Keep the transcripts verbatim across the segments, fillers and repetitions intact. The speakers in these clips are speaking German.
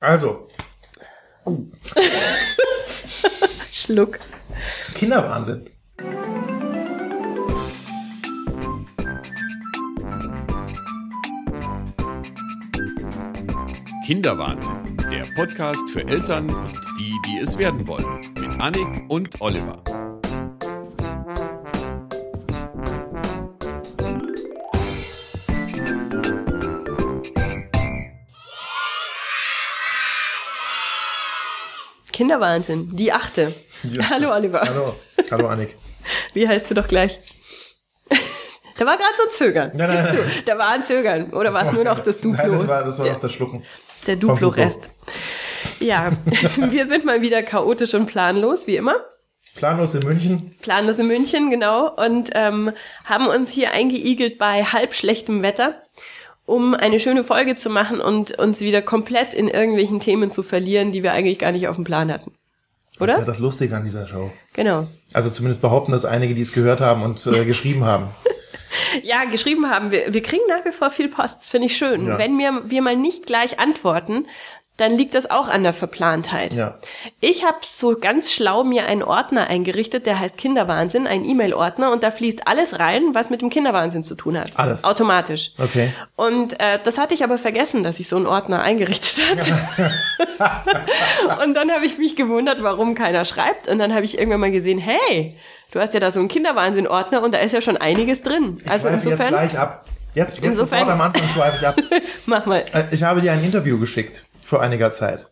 Also. Schluck. Kinderwahnsinn. Kinderwahnsinn, der Podcast für Eltern und die, die es werden wollen. Mit Annik und Oliver. Kinderwahnsinn, die achte. Ja. Hallo Oliver. Hallo, hallo Annik. Wie heißt du doch gleich? Da war gerade so ein Zögern. Nein, nein, nein. Da war ein Zögern. Oder war es nur noch das Duplo? Nein, das war, das war der, noch das Schlucken. Der Duplo-Rest. Ja, wir sind mal wieder chaotisch und planlos, wie immer. Planlos in München. Planlos in München, genau. Und ähm, haben uns hier eingeigelt bei halb schlechtem Wetter, um eine schöne Folge zu machen und uns wieder komplett in irgendwelchen Themen zu verlieren, die wir eigentlich gar nicht auf dem Plan hatten. Oder? Das ist ja das Lustige an dieser Show. Genau. Also zumindest behaupten das einige, die es gehört haben und äh, geschrieben haben. Ja, geschrieben haben wir. Wir kriegen nach wie vor viel Post, finde ich schön. Ja. Wenn wir, wir mal nicht gleich antworten, dann liegt das auch an der Verplantheit. Ja. Ich habe so ganz schlau mir einen Ordner eingerichtet, der heißt Kinderwahnsinn, ein E-Mail-Ordner, und da fließt alles rein, was mit dem Kinderwahnsinn zu tun hat. Alles? Automatisch. Okay. Und äh, das hatte ich aber vergessen, dass ich so einen Ordner eingerichtet hatte. Und dann habe ich mich gewundert, warum keiner schreibt. Und dann habe ich irgendwann mal gesehen, hey, du hast ja da so einen Kinderwahnsinn-Ordner und da ist ja schon einiges drin. Ich Also schweife insofern, jetzt gleich ab. Jetzt, jetzt Insofern- sofort am Anfang schweife ich ab. mach mal. Äh, Ich habe dir ein Interview geschickt vor einiger Zeit.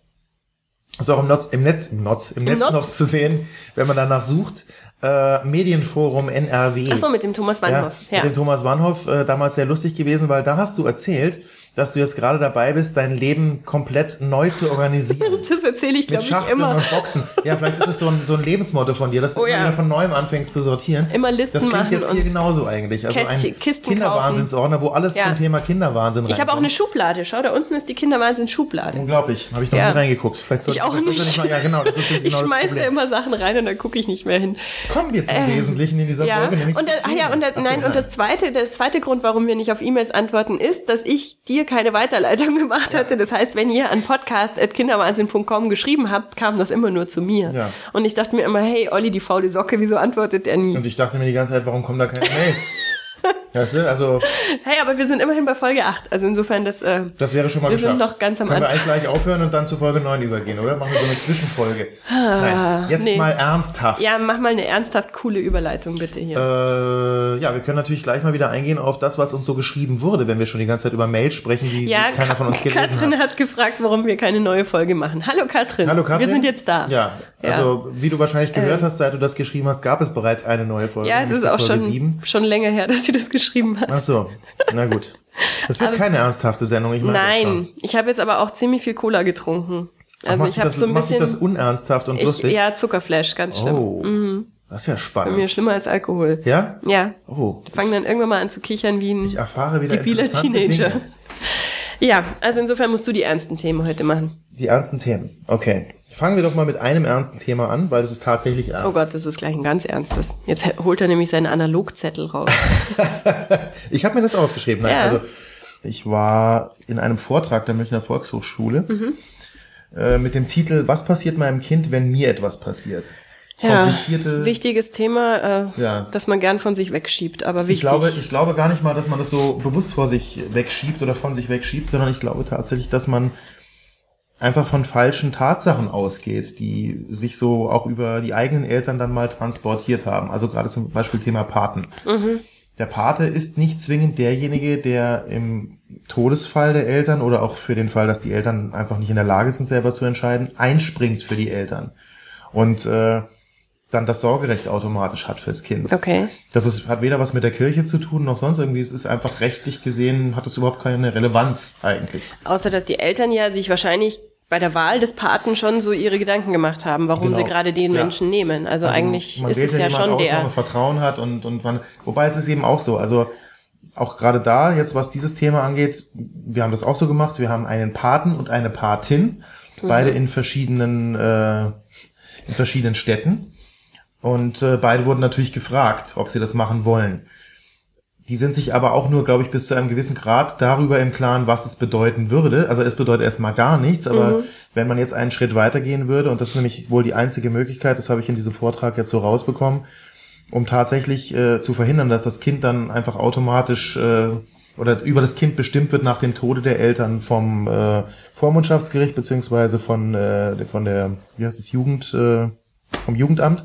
Ist auch im Netz, im Netz, im Netz, im Netz Notz? noch zu sehen, wenn man danach sucht. Äh, Medienforum N R W. Ach so, mit dem Thomas Wannhoff. Ja, Ja. mit dem Thomas Wannhoff, äh, damals sehr lustig gewesen, weil da hast du erzählt, dass du jetzt gerade dabei bist, dein Leben komplett neu zu organisieren. Das erzähle ich, Mit glaube ich, Schachteln immer. und Boxen. Ja, vielleicht ist es so ein, so ein Lebensmotto von dir, dass du Oh immer ja. wieder von neuem anfängst zu sortieren. Immer Listen Das klingt machen jetzt hier und genauso eigentlich. Also Kästchen- ein Kisten Kinderwahnsinnsordner, wo alles Ja. zum Thema Kinderwahnsinn Ich habe auch reinkommt. eine Schublade. Schau, da unten ist die Kinderwahnsinn-Schublade. Unglaublich, habe ich noch Ja. nie reingeguckt. Vielleicht sollte Ich auch das sollte nicht. mal, ja, genau, das ist jetzt Ich genau das schmeiß da Problem. immer Sachen rein und dann gucke ich nicht mehr hin. Kommen wir zum Wesentlichen in dieser Ja, Folge, nämlich und der, zum ach ja, Thema. und der, Ach so, nein, und das zweite, der zweite Grund, warum wir nicht auf E-Mails antworten, ist, dass ich dir keine Weiterleitung gemacht hatte. Das heißt, wenn ihr an podcast at kinderwahnsinn punkt com geschrieben habt, kam das immer nur zu mir. Ja. Und ich dachte mir immer, hey, Olli, die faule Socke, wieso antwortet der nie? Und ich dachte mir die ganze Zeit, warum kommen da keine Mails? Weißt du, also Hey, aber wir sind immerhin bei Folge acht. Also insofern, das, äh, das wäre schon mal wir geschafft. sind noch ganz am Können wir Anfang. eigentlich gleich aufhören und dann zu Folge neun übergehen, oder? Machen wir so eine Zwischenfolge. Nein, jetzt nee. mal ernsthaft. Ja, mach mal eine ernsthaft coole Überleitung bitte hier. Äh, ja, wir können natürlich gleich mal wieder eingehen auf das, was uns so geschrieben wurde, wenn wir schon die ganze Zeit über Mails sprechen, die, Ja, die keiner von uns gelesen Katrin hat. hat gefragt, warum wir keine neue Folge machen. Hallo Katrin. Hallo Katrin. Wir sind jetzt da. Ja, also wie du wahrscheinlich gehört hast, seit du das geschrieben hast, gab es bereits eine neue Folge. Ja, es nämlich ist die auch Folge schon, sieben. schon länger her, dass sie das geschrieben hat. Ach so, na gut. Das wird Aber- keine ernsthafte Sendung, ich meine das schon. Nein, ich habe jetzt aber auch ziemlich viel Cola getrunken. Ach, Also macht ich dich habe das, so ein macht dich bisschen... das unernsthaft und ich, lustig? ja, Zuckerflash, ganz schlimm. Oh, das ist ja Bei mir spannend. schlimmer als Alkohol. Ja? Ja. Oh, Ich fange dann irgendwann mal an zu kichern wie ein ich erfahre wieder debiler interessante Teenager. Dinge. Ja, also insofern musst du die ernsten Themen heute machen. Die ernsten Themen. Okay. Fangen wir doch mal mit einem ernsten Thema an, weil es ist tatsächlich ernst. Oh Gott, das ist gleich ein ganz ernstes. Jetzt holt er nämlich seinen Analogzettel raus. Ich habe mir das aufgeschrieben. Nein, Ja. also ich war in einem Vortrag der Münchner Volkshochschule Mhm. äh, mit dem Titel Was passiert meinem Kind, wenn mir etwas passiert? Ja, Komplizierte. wichtiges Thema, äh, Ja. das man gern von sich wegschiebt, aber wichtig. Ich glaube, ich glaube gar nicht mal, dass man das so bewusst vor sich wegschiebt oder von sich wegschiebt, sondern ich glaube tatsächlich, dass man einfach von falschen Tatsachen ausgeht, die sich so auch über die eigenen Eltern dann mal transportiert haben. Also gerade zum Beispiel Thema Paten. Mhm. Der Pate ist nicht zwingend derjenige, der im Todesfall der Eltern oder auch für den Fall, dass die Eltern einfach nicht in der Lage sind, selber zu entscheiden, einspringt für die Eltern und äh, dann das Sorgerecht automatisch hat fürs Kind. Okay. Das ist, hat weder was mit der Kirche zu tun, noch sonst irgendwie. Es ist einfach rechtlich gesehen, hat es überhaupt keine Relevanz eigentlich. Außer, dass die Eltern ja sich wahrscheinlich bei der Wahl des Paten schon so ihre Gedanken gemacht haben, warum Genau. sie gerade den Ja. Menschen nehmen. Also, Also eigentlich man ist wählt es ja jemand schon aus, wo der. man Vertrauen hat und, und man, wobei es ist eben auch so, also auch gerade da, jetzt was dieses Thema angeht, wir haben das auch so gemacht, wir haben einen Paten und eine Patin, Mhm. beide in verschiedenen, äh, in verschiedenen Städten und äh, beide wurden natürlich gefragt, ob sie das machen wollen. Die sind sich aber auch nur, glaube ich, bis zu einem gewissen Grad darüber im Klaren, was es bedeuten würde. Also es bedeutet erstmal gar nichts, aber mhm. wenn man jetzt einen Schritt weitergehen würde, und das ist nämlich wohl die einzige Möglichkeit, das habe ich in diesem Vortrag jetzt so rausbekommen, um tatsächlich äh, zu verhindern, dass das Kind dann einfach automatisch äh, oder über das Kind bestimmt wird nach dem Tode der Eltern vom äh, Vormundschaftsgericht beziehungsweise von äh, von der, wie heißt es, Jugend, äh, vom Jugendamt,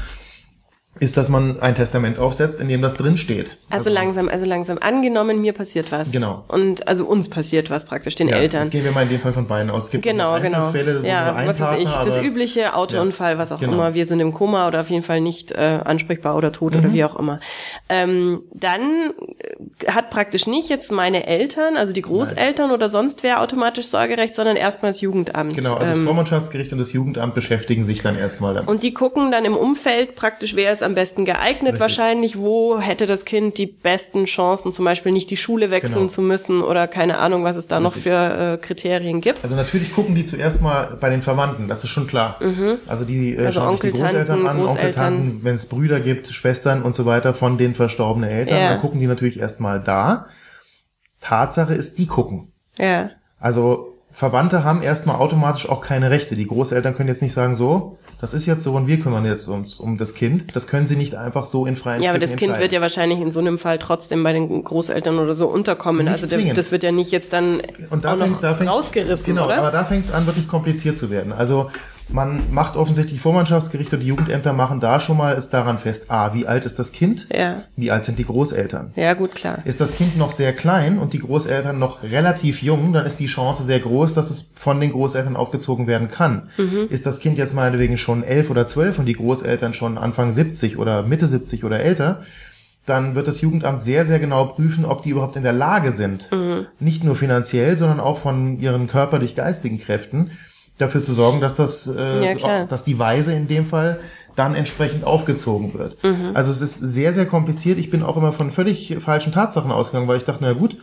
ist, dass man ein Testament aufsetzt, in dem das drin steht. Also, also langsam, also langsam. Angenommen, mir passiert was. Genau. Und also uns passiert was praktisch, den ja, Eltern. Das gehen wir mal in dem Fall von beiden aus. Es gibt genau, Einzelfälle, genau. wo ja, nur ein was Partner, weiß ich, das aber, übliche Autounfall, ja, was auch genau. immer. Wir sind im Koma oder auf jeden Fall nicht äh, ansprechbar oder tot mhm. oder wie auch immer. Ähm, dann hat praktisch nicht jetzt meine Eltern, also die Großeltern Nein. oder sonst wer automatisch Sorgerecht, sondern erstmal das Jugendamt. Genau, also das ähm, Vormundschaftsgericht und das Jugendamt beschäftigen sich dann erstmal damit. Und die gucken dann im Umfeld praktisch, wer ist am besten geeignet. Richtig. Wahrscheinlich, wo hätte das Kind die besten Chancen, zum Beispiel nicht die Schule wechseln genau. zu müssen oder keine Ahnung, was es da Richtig. noch für äh, Kriterien gibt. Also natürlich gucken die zuerst mal bei den Verwandten, das ist schon klar. Mhm. Also die äh, also schauen Onkel, sich die Großeltern Tanten, an, Großeltern. Onkel, Tanten, wenn es Brüder gibt, Schwestern und so weiter von den verstorbenen Eltern, ja. dann gucken die natürlich erstmal da. Tatsache ist, die gucken. Ja. Also Verwandte haben erstmal automatisch auch keine Rechte. Die Großeltern können jetzt nicht sagen, so, das ist jetzt so und wir kümmern jetzt uns um das Kind. Das können sie nicht einfach so in freien Ja, aber das entscheiden. Kind wird ja wahrscheinlich in so einem Fall trotzdem bei den Großeltern oder so unterkommen. Nicht also der, das wird ja nicht jetzt dann und da auch fängt, noch da rausgerissen, genau, oder? Aber da fängt es an, wirklich kompliziert zu werden. Also man macht offensichtlich, Vormundschaftsgerichte und die Jugendämter machen da schon mal es daran fest, a, wie alt ist das Kind? Ja. Wie alt sind die Großeltern? Ja, gut, klar. Ist das Kind noch sehr klein und die Großeltern noch relativ jung, dann ist die Chance sehr groß, dass es von den Großeltern aufgezogen werden kann. Mhm. Ist das Kind jetzt meinetwegen schon elf oder zwölf und die Großeltern schon Anfang siebzig oder Mitte siebzig oder älter, dann wird das Jugendamt sehr, sehr genau prüfen, ob die überhaupt in der Lage sind, mhm. nicht nur finanziell, sondern auch von ihren körperlich-geistigen Kräften, dafür zu sorgen, dass das, äh, ja, dass die Weise in dem Fall dann entsprechend aufgezogen wird. Mhm. Also es ist sehr, sehr kompliziert. Ich bin auch immer von völlig falschen Tatsachen ausgegangen, weil ich dachte, na gut,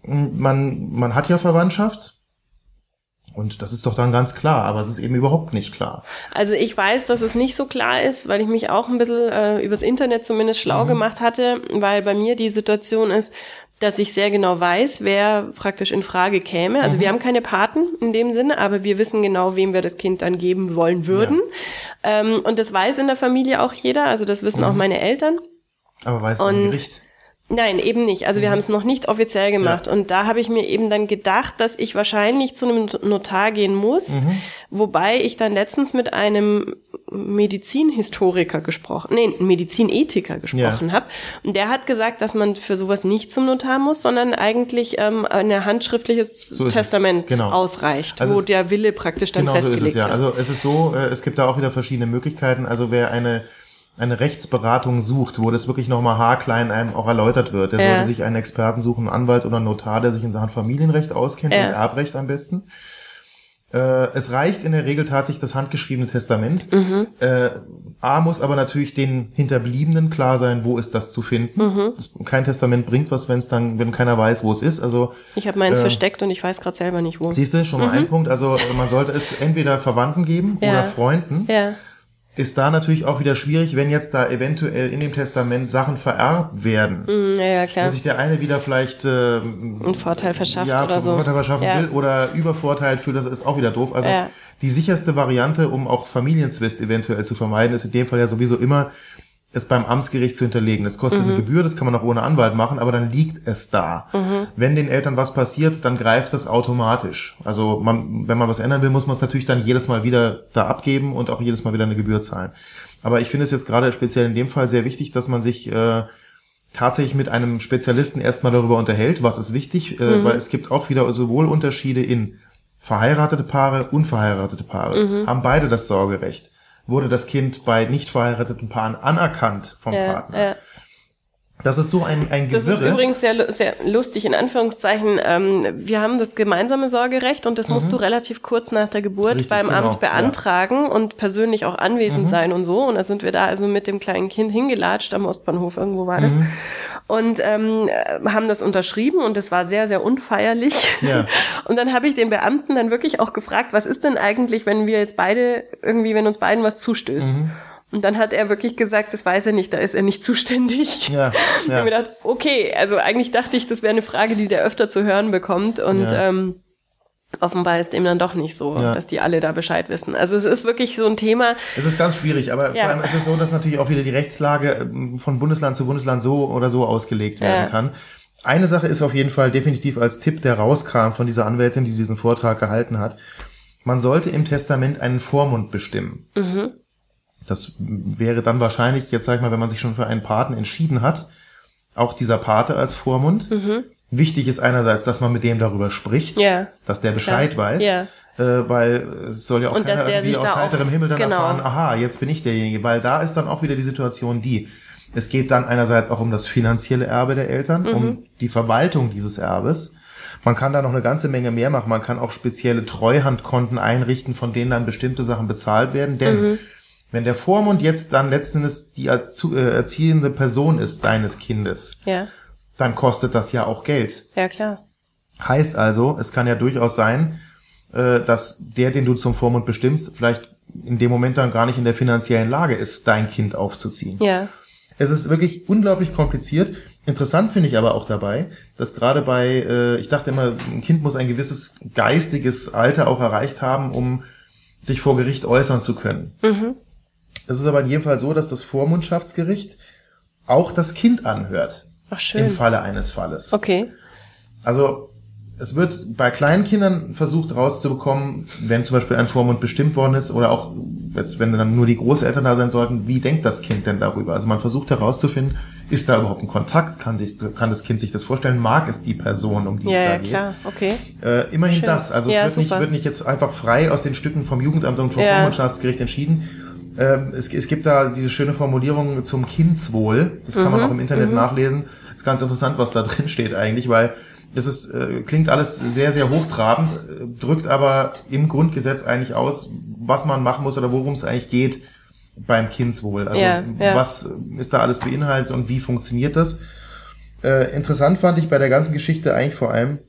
man, man hat ja Verwandtschaft. Und das ist doch dann ganz klar, aber es ist eben überhaupt nicht klar. Also ich weiß, dass es nicht so klar ist, weil ich mich auch ein bisschen äh, übers Internet zumindest schlau mhm. gemacht hatte, weil bei mir die Situation ist, dass ich sehr genau weiß, wer praktisch in Frage käme. Also mhm. wir haben keine Paten in dem Sinne, aber wir wissen genau, wem wir das Kind dann geben wollen würden. Ja. Ähm, und das weiß in der Familie auch jeder, also das wissen mhm. auch meine Eltern. Aber weiß es im Gericht? Nein, eben nicht. Also wir mhm. haben es noch nicht offiziell gemacht. Ja. Und da habe ich mir eben dann gedacht, dass ich wahrscheinlich zu einem Notar gehen muss, mhm. wobei ich dann letztens mit einem Medizinhistoriker gesprochen, nee, Medizinethiker gesprochen ja. habe. Und der hat gesagt, dass man für sowas nicht zum Notar muss, sondern eigentlich ähm, ein handschriftliches so Testament genau. ausreicht, also wo der Wille praktisch dann genau festgelegt so ist. Es, ja. ist. Also es ist so, äh, es gibt da auch wieder verschiedene Möglichkeiten. Also wer eine eine Rechtsberatung sucht, wo das wirklich nochmal haarklein einem auch erläutert wird. Der ja. sollte sich einen Experten suchen, einen Anwalt oder einen Notar, der sich in Sachen Familienrecht auskennt ja. und Erbrecht am besten. Äh, es reicht in der Regel tatsächlich das handgeschriebene Testament. Mhm. Äh, A muss aber natürlich den Hinterbliebenen klar sein, wo ist das zu finden. Mhm. Das, kein Testament bringt was, wenn es dann, wenn keiner weiß, wo es ist. Also ich habe meins äh, versteckt und ich weiß gerade selber nicht wo. Siehst du, schon mal mhm. ein Punkt. Also man sollte es entweder Verwandten geben ja. oder Freunden. Ja. Ist da natürlich auch wieder schwierig, wenn jetzt da eventuell in dem Testament Sachen vererbt werden. Mm, ja, ja, klar. Wo sich der eine wieder vielleicht äh, einen Vorteil verschafft ja, oder so. Vorteil verschaffen ja. will oder übervorteilt fühlt, das ist auch wieder doof. Also ja. die sicherste Variante, um auch Familienzwist eventuell zu vermeiden, ist in dem Fall ja sowieso immer, es beim Amtsgericht zu hinterlegen. Das kostet mhm. eine Gebühr, das kann man auch ohne Anwalt machen, aber dann liegt es da. Mhm. Wenn den Eltern was passiert, dann greift das automatisch. Also man, wenn man was ändern will, muss man es natürlich dann jedes Mal wieder da abgeben und auch jedes Mal wieder eine Gebühr zahlen. Aber ich finde es jetzt gerade speziell in dem Fall sehr wichtig, dass man sich äh, tatsächlich mit einem Spezialisten erstmal darüber unterhält, was ist wichtig, äh, mhm. weil es gibt auch wieder sowohl Unterschiede in verheiratete Paare, unverheiratete Paare. Mhm. Haben beide das Sorgerecht. Wurde das Kind bei nicht verheirateten Paaren anerkannt vom ja, Partner. Ja. Das ist so ein, ein Gewirre. Das ist übrigens sehr, sehr lustig, in Anführungszeichen. Ähm, wir haben das gemeinsame Sorgerecht und das mhm. musst du relativ kurz nach der Geburt Richtig, beim genau. Amt beantragen ja. und persönlich auch anwesend mhm. sein und so. Und da sind wir da also mit dem kleinen Kind hingelatscht, am Ostbahnhof, irgendwo war das. Mhm. Und ähm, haben das unterschrieben und das war sehr, sehr unfeierlich. Ja. Und dann habe ich den Beamten dann wirklich auch gefragt, was ist denn eigentlich, wenn wir jetzt beide, irgendwie, wenn uns beiden was zustößt? Mhm. Und dann hat er wirklich gesagt, das weiß er nicht, da ist er nicht zuständig. Ja, ja. Ich habe mir gedacht, okay, also eigentlich dachte ich, das wäre eine Frage, die der öfter zu hören bekommt und Ja. ähm, offenbar ist dem dann doch nicht so, Ja. dass die alle da Bescheid wissen. Also es ist wirklich so ein Thema. Es ist ganz schwierig, aber Ja. vor allem ist es so, dass natürlich auch wieder die Rechtslage ähm, von Bundesland zu Bundesland so oder so ausgelegt werden Ja. kann. Eine Sache ist auf jeden Fall definitiv als Tipp, der rauskam von dieser Anwältin, die diesen Vortrag gehalten hat. Man sollte im Testament einen Vormund bestimmen. Mhm. Das wäre dann wahrscheinlich, jetzt sag ich mal, wenn man sich schon für einen Paten entschieden hat, auch dieser Pate als Vormund. Mhm. Wichtig ist einerseits, dass man mit dem darüber spricht, Ja. dass der Bescheid Klar. weiß, Ja. äh, weil es soll ja auch Und keiner dass der irgendwie sich aus da auch- heiterem Himmel dann genau. erfahren, aha, jetzt bin ich derjenige, weil da ist dann auch wieder die Situation die, es geht dann einerseits auch um das finanzielle Erbe der Eltern, Mhm. um die Verwaltung dieses Erbes. Man kann da noch eine ganze Menge mehr machen, man kann auch spezielle Treuhandkonten einrichten, von denen dann bestimmte Sachen bezahlt werden, denn Mhm. wenn der Vormund jetzt dann letzten Endes die erzu- äh, erziehende Person ist deines Kindes, Ja, dann kostet das ja auch Geld. ja klar. Heißt also, es kann ja durchaus sein, äh, dass der, den du zum Vormund bestimmst, vielleicht in dem Moment dann gar nicht in der finanziellen Lage ist, dein Kind aufzuziehen. Ja, Es ist wirklich unglaublich kompliziert. Interessant finde ich aber auch dabei, dass gerade bei, äh, ich dachte immer, ein Kind muss ein gewisses geistiges Alter auch erreicht haben, um sich vor Gericht äußern zu können. Mhm. Es ist aber in jedem Fall so, dass das Vormundschaftsgericht auch das Kind anhört. Ach schön. Im Falle eines Falles. Okay. Also es wird bei kleinen Kindern versucht rauszubekommen, wenn zum Beispiel ein Vormund bestimmt worden ist oder auch, jetzt, wenn dann nur die Großeltern da sein sollten, wie denkt das Kind denn darüber? Also man versucht herauszufinden, ist da überhaupt ein Kontakt? Kann sich, kann das Kind sich das vorstellen? Mag es die Person, um die Ja, es da ja, geht? klar. Okay. Äh, immerhin Schön. das. Also Ja, es wird nicht, super. wird nicht jetzt einfach frei aus den Stücken vom Jugendamt und vom Ja. Vormundschaftsgericht entschieden. Ähm, es, es gibt da diese schöne Formulierung zum Kindswohl. Das kann man Mhm. auch im Internet nachlesen. Ist ganz interessant, was da drin steht eigentlich, weil das ist, äh, klingt alles sehr, sehr hochtrabend, äh, drückt aber im Grundgesetz eigentlich aus, was man machen muss oder worum es eigentlich geht beim Kindswohl. Also Ja, ja. was ist da alles beinhaltet und wie funktioniert das? Äh, interessant fand ich bei der ganzen Geschichte eigentlich vor allem,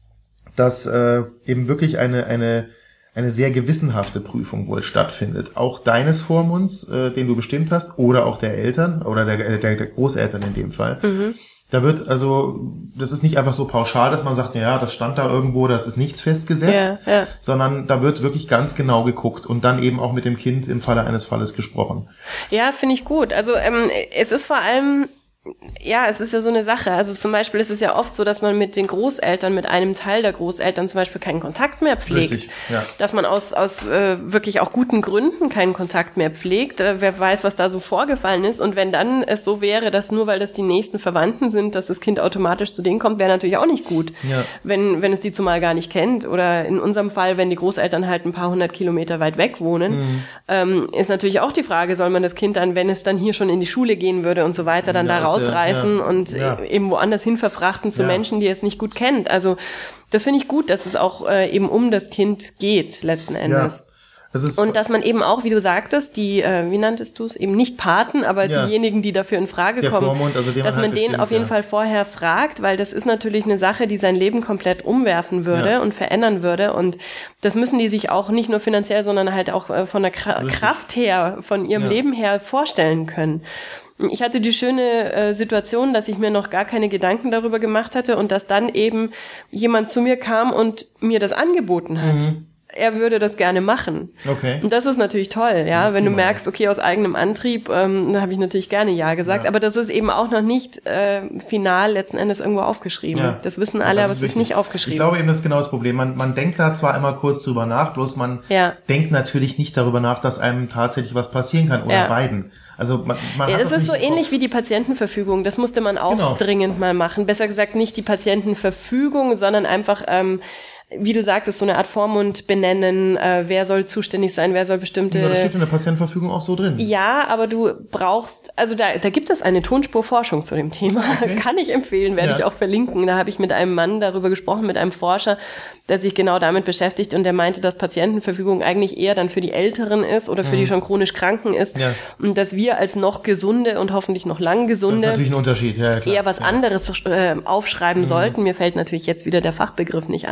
dass äh, eben wirklich eine eine eine sehr gewissenhafte Prüfung wohl stattfindet. Auch deines Vormunds, äh, den du bestimmt hast, oder auch der Eltern oder der, der, der Großeltern in dem Fall. Mhm. Da wird also, das ist nicht einfach so pauschal, dass man sagt, ja, das stand da irgendwo, das ist nichts festgesetzt, Ja, ja. sondern da wird wirklich ganz genau geguckt und dann eben auch mit dem Kind im Falle eines Falles gesprochen. Ja, finde ich gut. Also ähm, es ist vor allem, ja, es ist ja so eine Sache. Also zum Beispiel ist es ja oft so, dass man mit den Großeltern, mit einem Teil der Großeltern zum Beispiel keinen Kontakt mehr pflegt. Richtig, ja. Dass man aus aus äh, wirklich auch guten Gründen keinen Kontakt mehr pflegt. Äh, wer weiß, was da so vorgefallen ist. Und wenn dann es so wäre, dass nur weil das die nächsten Verwandten sind, dass das Kind automatisch zu denen kommt, wäre natürlich auch nicht gut. Ja. Wenn wenn es die zumal gar nicht kennt. Oder in unserem Fall, wenn die Großeltern halt ein paar hundert Kilometer weit weg wohnen, Mhm. ähm, ist natürlich auch die Frage, soll man das Kind dann, wenn es dann hier schon in die Schule gehen würde und so weiter, dann Ja, da ist der- rausreißen ja. und Ja. eben woanders hin verfrachten zu Ja. Menschen, die es nicht gut kennt. Also das finde ich gut, dass es auch äh, eben um das Kind geht, letzten Endes. Es ist, Und dass man eben auch, wie du sagtest, die, äh, wie nanntest du es, eben nicht Paten, aber Ja. diejenigen, die dafür in Frage Der kommen, Vormund, also den dass man man halt den bestimmt, auf jeden ja. Fall vorher fragt, weil das ist natürlich eine Sache, die sein Leben komplett umwerfen würde Ja. und verändern würde. Und das müssen die sich auch nicht nur finanziell, sondern halt auch äh, von der Kra- Richtig. Kraft her, von ihrem Ja. Leben her vorstellen können. Ich hatte die schöne äh, Situation, dass ich mir noch gar keine Gedanken darüber gemacht hatte und dass dann eben jemand zu mir kam und mir das angeboten hat. Er würde das gerne machen. Okay. Und das ist natürlich toll, ja, wenn du prima. merkst, okay, aus eigenem Antrieb, ähm, dann habe ich natürlich gerne Ja gesagt, Ja. aber das ist eben auch noch nicht äh, final letzten Endes irgendwo aufgeschrieben. Ja. Das wissen alle, aber es ist wichtig. nicht aufgeschrieben. Ich glaube eben, das ist genau das Problem. Man, man denkt da zwar immer kurz drüber nach, bloß man Ja. denkt natürlich nicht darüber nach, dass einem tatsächlich was passieren kann oder Ja. beiden. Also man, man Ja, hat es das ist so nicht im ähnlich Kopf. wie die Patientenverfügung. Das musste man auch Genau. dringend mal machen. Besser gesagt nicht die Patientenverfügung, sondern einfach, ähm, wie du sagtest, so eine Art Vormund benennen. Äh, wer soll zuständig sein? Wer soll bestimmte... Ja, das steht in der Patientenverfügung auch so drin. Ja, aber du brauchst, also da, da gibt es eine Tonspurforschung zu dem Thema. Okay. Kann ich empfehlen, werde Ja. ich auch verlinken. Da habe ich mit einem Mann darüber gesprochen, mit einem Forscher, der sich genau damit beschäftigt und der meinte, dass Patientenverfügung eigentlich eher dann für die Älteren ist oder für die schon chronisch Kranken ist. Mhm. Ja. Und dass wir als noch gesunde und hoffentlich noch lang Das ist gesunde natürlich ein Unterschied. Ja, ja, klar. eher was ja. anderes äh, aufschreiben Mhm. sollten. Mir fällt natürlich jetzt wieder der Fachbegriff nicht ein.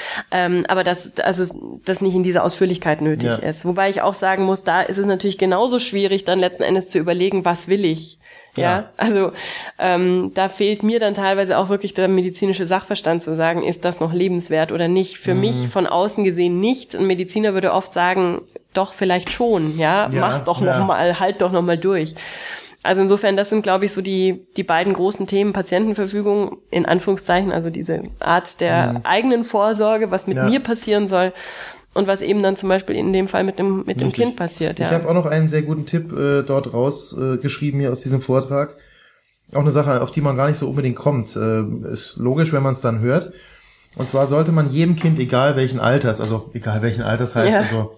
Ähm, aber das, also, das nicht in dieser Ausführlichkeit nötig Ja. ist. Wobei ich auch sagen muss, da ist es natürlich genauso schwierig, dann letzten Endes zu überlegen, was will ich? Ja, Ja. also ähm, da fehlt mir dann teilweise auch wirklich der medizinische Sachverstand zu sagen, ist das noch lebenswert oder nicht. Für Mhm. mich von außen gesehen nicht. Ein Mediziner würde oft sagen, doch, vielleicht schon, ja, Ja, mach's doch ja. noch mal, halt doch noch mal durch. Also insofern, das sind, glaube ich, so die die beiden großen Themen, Patientenverfügung, in Anführungszeichen, also diese Art der eigenen Vorsorge, was mit Ja. mir passieren soll und was eben dann zum Beispiel in dem Fall mit dem mit dem Richtig. Kind passiert. Ja. Ich habe auch noch einen sehr guten Tipp äh, dort rausgeschrieben äh, geschrieben hier aus diesem Vortrag. Auch eine Sache, auf die man gar nicht so unbedingt kommt. Äh, ist logisch, wenn man es dann hört. Und zwar sollte man jedem Kind, egal welchen Alters, also egal welchen Alters heißt, Ja. also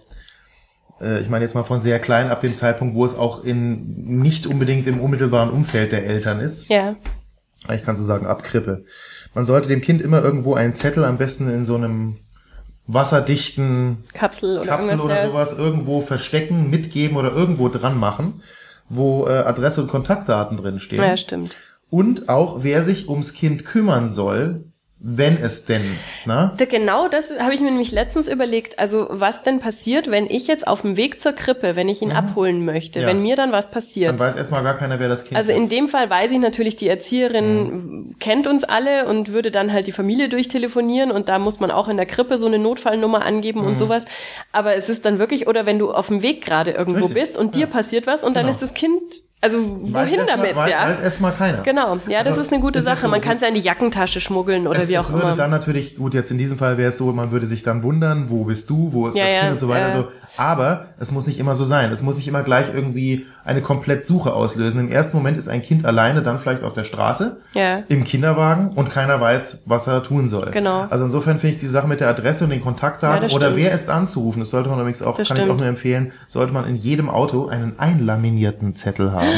äh, ich meine jetzt mal von sehr klein ab dem Zeitpunkt, wo es auch in nicht unbedingt im unmittelbaren Umfeld der Eltern ist. ja. Ich kann so sagen, ab Krippe. Man sollte dem Kind immer irgendwo einen Zettel, am besten in so einem wasserdichten Kapsel oder Kapsel irgendwas. oder ja. sowas irgendwo verstecken, mitgeben oder irgendwo dran machen, wo äh, Adresse und Kontaktdaten drin stehen. Ja, stimmt. Und auch, wer sich ums Kind kümmern soll, wenn es denn, na? Da- Genau das habe ich mir nämlich letztens überlegt. Also was denn passiert, wenn ich jetzt auf dem Weg zur Krippe, wenn ich ihn abholen möchte, Ja. wenn mir dann was passiert? Dann weiß erstmal gar keiner, wer das Kind Also ist. in dem Fall weiß ich natürlich, die Erzieherin kennt uns alle und würde dann halt die Familie durchtelefonieren und da muss man auch in der Krippe so eine Notfallnummer angeben Mhm. und sowas. Aber es ist dann wirklich, oder wenn du auf dem Weg gerade irgendwo Richtig, bist und dir ja. passiert was und dann Genau. ist das Kind, also Weiß wohin erst mal- damit, weiß, ja? Weiß erstmal keiner. Genau, ja, das Also, ist eine gute das ist Sache. so Man gut. kann es ja in die Jackentasche schmuggeln oder es, wie auch es würde immer. dann natürlich, gut, jetzt in diesem Fall wäre es so, man würde sich dann wundern, wo bist du, wo ist Ja, das ja, Kind und so weiter. ja. So. Aber es muss nicht immer so sein. Es muss nicht immer gleich irgendwie eine komplett Suche auslösen. Im ersten Moment ist ein Kind alleine, dann vielleicht auf der Straße, Ja. im Kinderwagen und keiner weiß, was er tun soll. Genau. Also insofern finde ich die Sache mit der Adresse und den Ja, Kontaktdaten das oder stimmt. wer ist anzurufen, das sollte man übrigens auch, Das kann ich auch stimmt. nur empfehlen, sollte man in jedem Auto einen einlaminierten Zettel haben.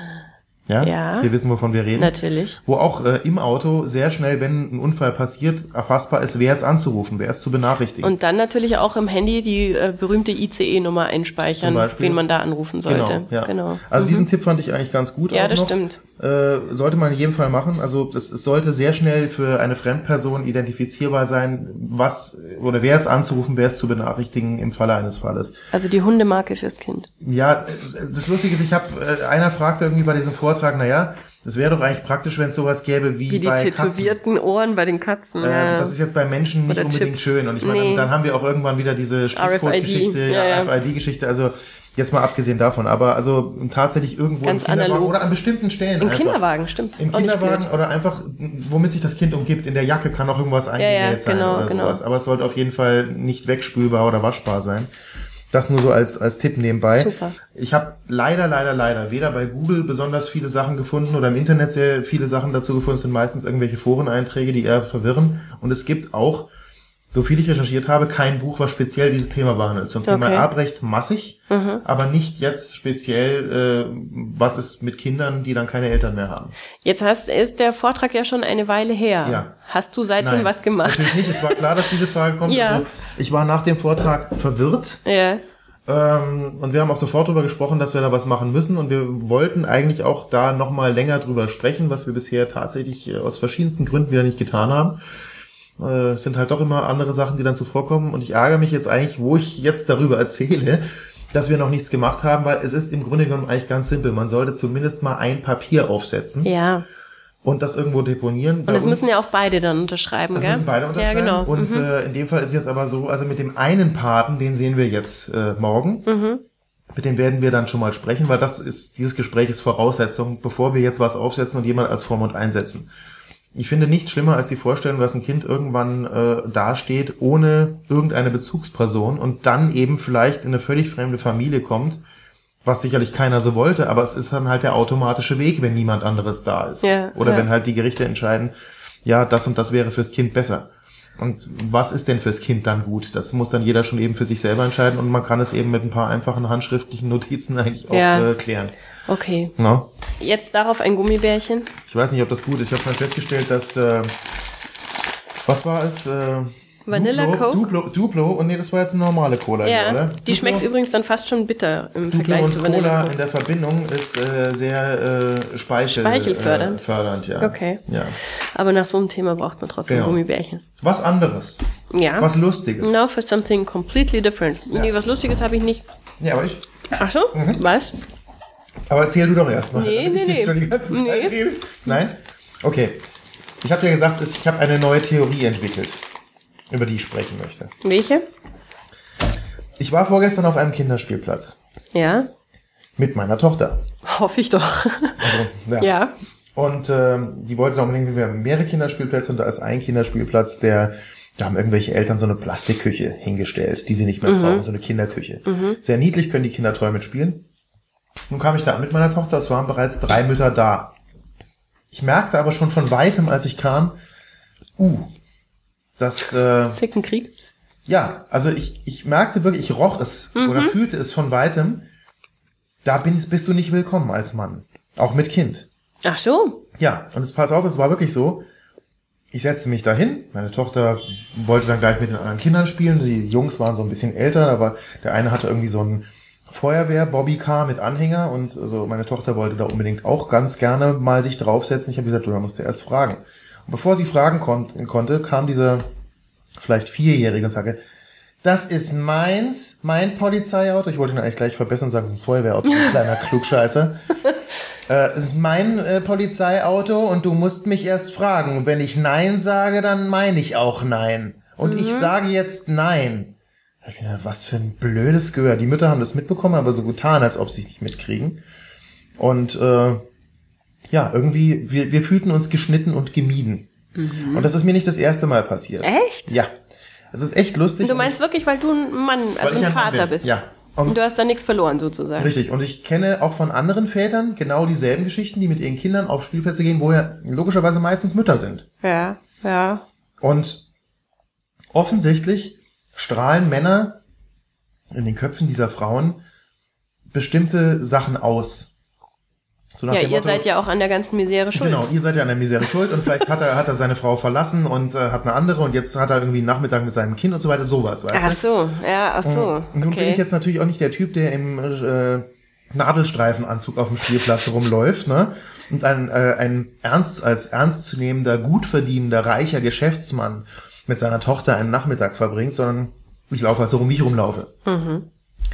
Ja? Ja. Wir wissen, wovon wir reden. Natürlich. Wo auch äh, im Auto sehr schnell, wenn ein Unfall passiert, erfassbar ist, wer ist anzurufen, wer ist zu benachrichtigen. Und dann natürlich auch im Handy die äh, berühmte I C E-Nummer einspeichern, Zum Beispiel. wen man da anrufen sollte. Genau, ja. Genau. Also diesen Tipp fand ich eigentlich ganz gut. Ja, auch das noch. stimmt. Äh, sollte man in jedem Fall machen. Also das, es sollte sehr schnell für eine Fremdperson identifizierbar sein, was oder wer ist anzurufen, wer ist zu benachrichtigen im Falle eines Falles. Also die Hundemarke fürs Kind. Ja, äh, das Lustige ist, ich habe äh, einer fragte irgendwie bei diesem Vortrag, naja, es wäre doch eigentlich praktisch, wenn es sowas gäbe wie, Wie die bei Katzen. tätowierten Ohren bei den Katzen. Ähm, ja. Das ist jetzt bei Menschen nicht Oder unbedingt Chips. schön. Und ich meine, Nee. dann, dann haben wir auch irgendwann wieder diese Strichcode-Geschichte, R F I D, ja, ja. R F I D-Geschichte, also jetzt mal abgesehen davon. Aber also tatsächlich irgendwo Ganz im Kinderwagen analog. oder an bestimmten Stellen. Im einfach. Kinderwagen, stimmt. Im Auch nicht Kinderwagen blöd. oder einfach, womit sich das Kind umgibt. In der Jacke kann auch irgendwas eingenäht ja, sein genau, oder genau. sowas. Aber es sollte auf jeden Fall nicht wegspülbar oder waschbar sein. Das nur so als als Tipp nebenbei. Super. Ich habe leider, leider, leider weder bei Google besonders viele Sachen gefunden oder im Internet sehr viele Sachen dazu gefunden. Es sind meistens irgendwelche Foreneinträge, die eher verwirren. Und es gibt auch, so viel ich recherchiert habe, kein Buch, was speziell dieses Thema behandelt. Zum Thema Okay. Erbrecht massig, Mhm. aber nicht jetzt speziell, äh, was ist mit Kindern, die dann keine Eltern mehr haben. Jetzt hast, ist der Vortrag ja schon eine Weile her. Ja. Hast du seitdem Nein, was gemacht? Natürlich nicht. Es war klar, dass diese Frage kommt. Ja. Also, ich war nach dem Vortrag verwirrt. Ja. Ähm, und wir haben auch sofort darüber gesprochen, dass wir da was machen müssen. Und wir wollten eigentlich auch da nochmal länger drüber sprechen, was wir bisher tatsächlich äh, aus verschiedensten Gründen wieder nicht getan haben. Äh, es sind halt doch immer andere Sachen, die dann zuvorkommen. Und ich ärgere mich jetzt eigentlich, wo ich jetzt darüber erzähle, dass wir noch nichts gemacht haben, weil es ist im Grunde genommen eigentlich ganz simpel. Man sollte zumindest mal ein Papier aufsetzen Ja. und das irgendwo deponieren. Und das müssen ja auch beide dann unterschreiben, Das gell? müssen beide unterschreiben. Ja, genau. Und mhm. äh, in dem Fall ist es jetzt aber so, also mit dem einen Paten, den sehen wir jetzt äh, morgen. Mhm. Mit dem werden wir dann schon mal sprechen, weil das ist, dieses Gespräch ist Voraussetzung, bevor wir jetzt was aufsetzen und jemand als Vormund einsetzen. Ich finde nichts schlimmer als die Vorstellung, dass ein Kind irgendwann äh, dasteht ohne irgendeine Bezugsperson und dann eben vielleicht in eine völlig fremde Familie kommt, was sicherlich keiner so wollte, aber es ist dann halt der automatische Weg, wenn niemand anderes da ist. Ja, Oder ja. wenn halt die Gerichte entscheiden, ja, das und das wäre fürs Kind besser. Und was ist denn fürs Kind dann gut? Das muss dann jeder schon eben für sich selber entscheiden und man kann es eben mit ein paar einfachen handschriftlichen Notizen eigentlich auch Ja. äh, klären. Okay. Na? Jetzt darauf ein Gummibärchen. Ich weiß nicht, ob das gut ist. Ich habe mal festgestellt, dass, äh, was war es? Äh, Vanilla Duplo, Coke? Duplo, Duplo, und nee, das war jetzt eine normale Cola, Ja, hier, oder? die Duplo, schmeckt übrigens dann fast schon bitter im Duplo Vergleich und zu Vanilla Cola Coke. in der Verbindung ist äh, sehr äh, Speichel, Speichelfördernd. Äh, fördernd, ja. Okay. Ja. Aber nach so einem Thema braucht man trotzdem Genau. Gummibärchen. Was anderes. Ja. Was Lustiges. Now for something completely different. Ja. Nee, was Lustiges habe ich nicht. Ja, aber ich... Ach so? Mhm. Was? Aber erzähl du doch erstmal. Nee, damit ich nee, nicht nee. schon die ganze Zeit Nee. rede. Nein? Okay. Ich habe ja gesagt, ich habe eine neue Theorie entwickelt, über die ich sprechen möchte. Welche? Ich war vorgestern auf einem Kinderspielplatz Ja. mit meiner Tochter. Hoffe ich doch. Also, ja. Ja. Und ähm, die wollte da unbedingt, wir haben mehrere Kinderspielplätze und da ist ein Kinderspielplatz, der, da haben irgendwelche Eltern so eine Plastikküche hingestellt, die sie nicht mehr Mhm. brauchen, so eine Kinderküche. Sehr niedlich, können die Kinder toll mitspielen. Nun kam ich da an mit meiner Tochter, es waren bereits drei Mütter da. Ich merkte aber schon von weitem, als ich kam, uh, das, äh, Zickenkrieg. ja, also ich, ich merkte wirklich, ich roch es oder fühlte es von weitem, da bin, bist du nicht willkommen als Mann. Auch mit Kind. Ach so. Ja, und es pass auf, es war wirklich so, ich setzte mich dahin, meine Tochter wollte dann gleich mit den anderen Kindern spielen, die Jungs waren so ein bisschen älter, aber der eine hatte irgendwie so ein Feuerwehr-Bobbycar mit Anhänger und also meine Tochter wollte da unbedingt auch ganz gerne mal sich draufsetzen. Ich habe gesagt, du, da musst du erst fragen. Und bevor sie fragen kon- konnte, kam dieser vielleicht Vierjährige und sagte, das ist meins, mein Polizeiauto. Ich wollte ihn eigentlich gleich verbessern und sagen, es ist ein Feuerwehrauto, ein kleiner Klugscheißer. Äh, es ist mein äh, Polizeiauto und du musst mich erst fragen. Und wenn ich Nein sage, dann meine ich auch Nein. Und ich sage jetzt Nein. Da hab ich gedacht, was für ein blödes Gehör. Die Mütter haben das mitbekommen, aber so getan, als ob sie es nicht mitkriegen. Und äh, ja, irgendwie, wir, wir fühlten uns geschnitten und gemieden. Und das ist mir nicht das erste Mal passiert. Echt? Ja. Es ist echt lustig. Und du meinst wirklich, weil du ein Mann, also ich ein ein Mann Vater bin. bist. Ja. Und, Und du hast da nichts verloren sozusagen. richtig. Und ich kenne auch von anderen Vätern genau dieselben Geschichten, die mit ihren Kindern auf Spielplätze gehen, wo ja logischerweise meistens Mütter sind. Ja, ja. Und offensichtlich strahlen Männer in den Köpfen dieser Frauen bestimmte Sachen aus. So nach Ja, dem ihr Motto, seid ja auch an der ganzen Misere schuld. Genau, ihr seid ja an der Misere schuld und vielleicht hat er, hat er seine Frau verlassen und äh, hat eine andere und jetzt hat er irgendwie einen Nachmittag mit seinem Kind und so weiter, sowas, weißt Ach du? so, ja, ach so. Und nun bin ich Okay. jetzt natürlich auch nicht der Typ, der im äh, Nadelstreifenanzug auf dem Spielplatz rumläuft, ne? Und ein, äh, ein ernst, als ernstzunehmender, gut verdienender, reicher Geschäftsmann mit seiner Tochter einen Nachmittag verbringt, sondern ich laufe halt so rum, wie ich rumlaufe. Mhm.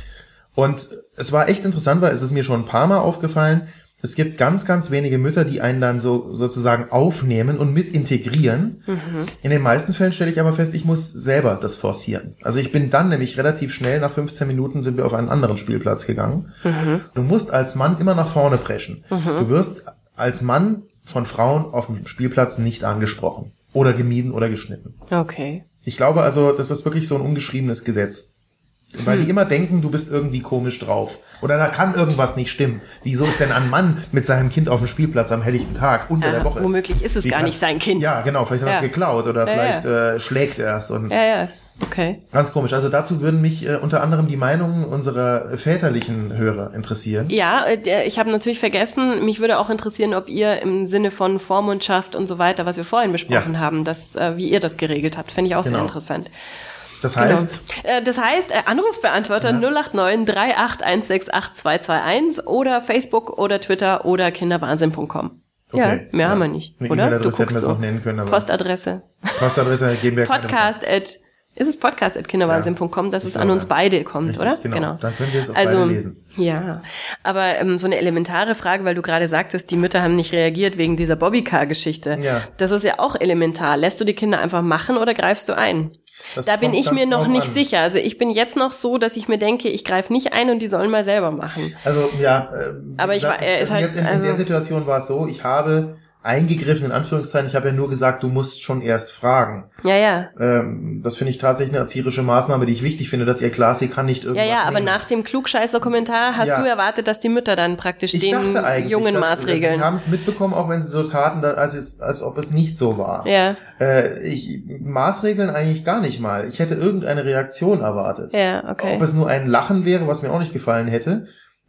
Und es war echt interessant, weil es ist mir schon ein paar Mal aufgefallen, es gibt ganz, ganz wenige Mütter, die einen dann so sozusagen aufnehmen und mit integrieren. Mhm. In den meisten Fällen stelle ich aber fest, ich muss selber das forcieren. Also ich bin dann nämlich relativ schnell, nach fünfzehn Minuten sind wir auf einen anderen Spielplatz gegangen. Mhm. Du musst als Mann immer nach vorne preschen. Du wirst als Mann von Frauen auf dem Spielplatz nicht angesprochen oder gemieden oder geschnitten. Okay. Ich glaube also, das ist wirklich so ein ungeschriebenes Gesetz. Weil die immer denken, du bist irgendwie komisch drauf. Oder da kann irgendwas nicht stimmen. Wieso ist denn ein Mann mit seinem Kind auf dem Spielplatz am helllichten Tag unter Ja, der Woche? womöglich ist es Wie gar kann- nicht sein Kind. Ja, genau. Vielleicht hat er Ja. es geklaut oder Ja, vielleicht ja. Äh, schlägt er es. Und Ja, ja. Okay. ganz komisch. Also dazu würden mich äh, unter anderem die Meinungen unserer väterlichen Hörer interessieren. Ja, äh, der- ich habe natürlich vergessen, mich würde auch interessieren, ob ihr im Sinne von Vormundschaft und so weiter, was wir vorhin besprochen Ja. haben, das, äh, wie ihr das geregelt habt, fände ich auch sehr Genau. interessant. Das heißt, Genau. Äh, Das heißt, äh, Anrufbeantworter Ja. null acht neun drei acht eins sechs acht zwei zwei eins oder Facebook oder Twitter oder kinderwahnsinn punkt com. Ja, Okay. mehr Ja. haben wir nicht, Eine oder? E-Mail-Adresse Du hätten guckst wir es so. noch nennen können, aber- Postadresse. Postadresse geben wir keine- Podcast at, ist es podcast at kinderwahnsinn punkt com, dass Ich es an glaube, uns beide kommt, richtig, oder? genau. Dann können wir es auch also, beide lesen. Ja, aber ähm, so eine elementare Frage, weil du gerade sagtest, die Mütter haben nicht reagiert wegen dieser Bobbycar-Geschichte. Ja. Das ist ja auch elementar. Lässt du die Kinder einfach machen oder greifst du ein? Das Da bin kommt ich ganz mir noch drauf nicht an. sicher. Also ich bin jetzt noch so, dass ich mir denke, ich greife nicht ein und die sollen mal selber machen. Also ja, äh, wie Aber ich war- er ist also halt- jetzt in, in also- der Situation war es so, ich habe eingegriffen, in Anführungszeichen, ich habe ja nur gesagt, du musst schon erst fragen. Ja, ja. Ähm, das finde ich tatsächlich eine erzieherische Maßnahme, die ich wichtig finde, dass ihr klar, sie kann nicht Ja, irgendwas ja, aber nehmen. nach dem Klugscheißer-Kommentar hast Ja. du erwartet, dass die Mütter dann praktisch Ich den dachte eigentlich, jungen dass, Maßregeln. Sie haben es mitbekommen, auch wenn sie so taten, da- als, es, als ob es nicht so war. Ja, Äh, ich, Maßregeln eigentlich gar nicht mal. Ich hätte irgendeine Reaktion erwartet. ja, okay. Ob es nur ein Lachen wäre, was mir auch nicht gefallen hätte.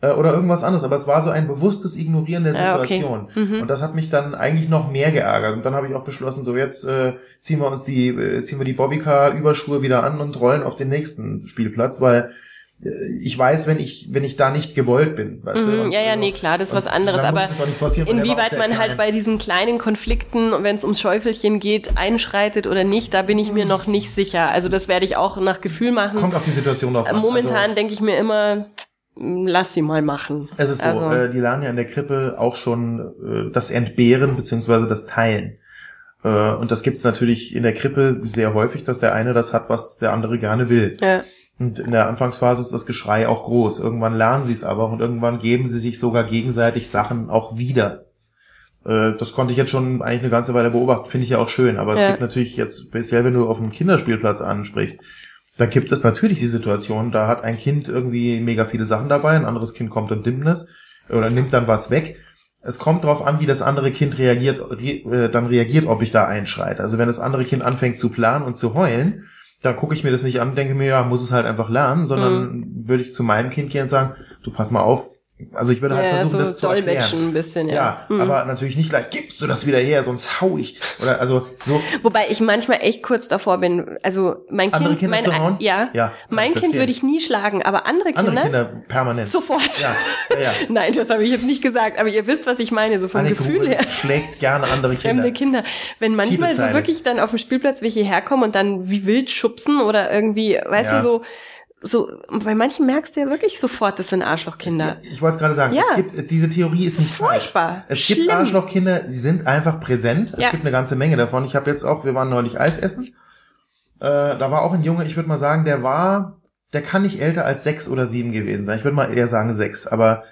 oder irgendwas anderes, aber es war so ein bewusstes Ignorieren der Situation. Ah, okay. Mhm. Und das hat mich dann eigentlich noch mehr geärgert. Und dann habe ich auch beschlossen, so jetzt äh, ziehen wir uns die äh, ziehen wir die Bobbycar-Überschuhe wieder an und rollen auf den nächsten Spielplatz, weil äh, ich weiß, wenn ich wenn ich da nicht gewollt bin, weißt mhm, du? Und, ja, ja, nee, klar, das ist was anderes, aber inwieweit man halt bei diesen kleinen Konflikten, wenn es ums Schäufelchen geht, einschreitet oder nicht, da bin ich mir noch nicht sicher. Also das werde ich auch nach Gefühl machen. Kommt auf die Situation drauf an. Momentan also, denke ich mir immer, lass sie mal machen. Es ist so, also, äh, die lernen ja in der Krippe auch schon äh, das Entbehren beziehungsweise das Teilen. Äh, und das gibt's natürlich in der Krippe sehr häufig, dass der eine das hat, was der andere gerne will. Ja. Und in der Anfangsphase ist das Geschrei auch groß. Irgendwann lernen sie es aber und irgendwann geben sie sich sogar gegenseitig Sachen auch wieder. Äh, das konnte ich jetzt schon eigentlich eine ganze Weile beobachten, finde ich ja auch schön. Aber es ja. gibt natürlich jetzt, speziell wenn du auf einem Kinderspielplatz ansprichst, da gibt es natürlich die Situation, da hat ein Kind irgendwie mega viele Sachen dabei, ein anderes Kind kommt und nimmt das oder nimmt dann was weg. Es kommt drauf an, wie das andere Kind reagiert, re, äh, dann reagiert, ob ich da einschreite. Also wenn das andere Kind anfängt zu planen und zu heulen, dann gucke ich mir das nicht an und denke mir, ja, muss es halt einfach lernen, sondern mhm. würde ich zu meinem Kind gehen und sagen, du pass mal auf. Also ich würde halt ja, versuchen, so das zu erklären. ein bisschen, ja. Ja, mhm. aber natürlich nicht gleich, gibst du das wieder her, sonst hau ich. Oder also so. Wobei ich manchmal echt kurz davor bin, also mein Kind, andere Kinder mein, zu hauen? ja, ja mein Kind würde ich nie schlagen, aber andere Kinder, andere Kinder permanent. Sofort. Ja, ja, ja. Nein, das habe ich jetzt nicht gesagt, aber ihr wisst, was ich meine, so vom Annik Gefühl Rubens her. schlägt gerne andere Kinder. Fremde Kinder. Wenn manchmal so Titelzeile. wirklich dann auf dem Spielplatz welche herkommen und dann wie wild schubsen oder irgendwie, weißt Ja. du, so, so, bei manchen merkst du ja wirklich sofort, das sind Arschlochkinder. Ich, ich wollte es gerade sagen, Ja. es gibt, diese Theorie ist nicht Furchtbar. falsch. Es Schlimm. gibt Arschlochkinder, sie sind einfach präsent. Es Ja. gibt eine ganze Menge davon. Ich habe jetzt auch, wir waren neulich Eis essen. Äh, da war auch ein Junge, ich würde mal sagen, der war, der kann nicht älter als sechs oder sieben gewesen sein. Ich würde mal eher sagen sechs, aber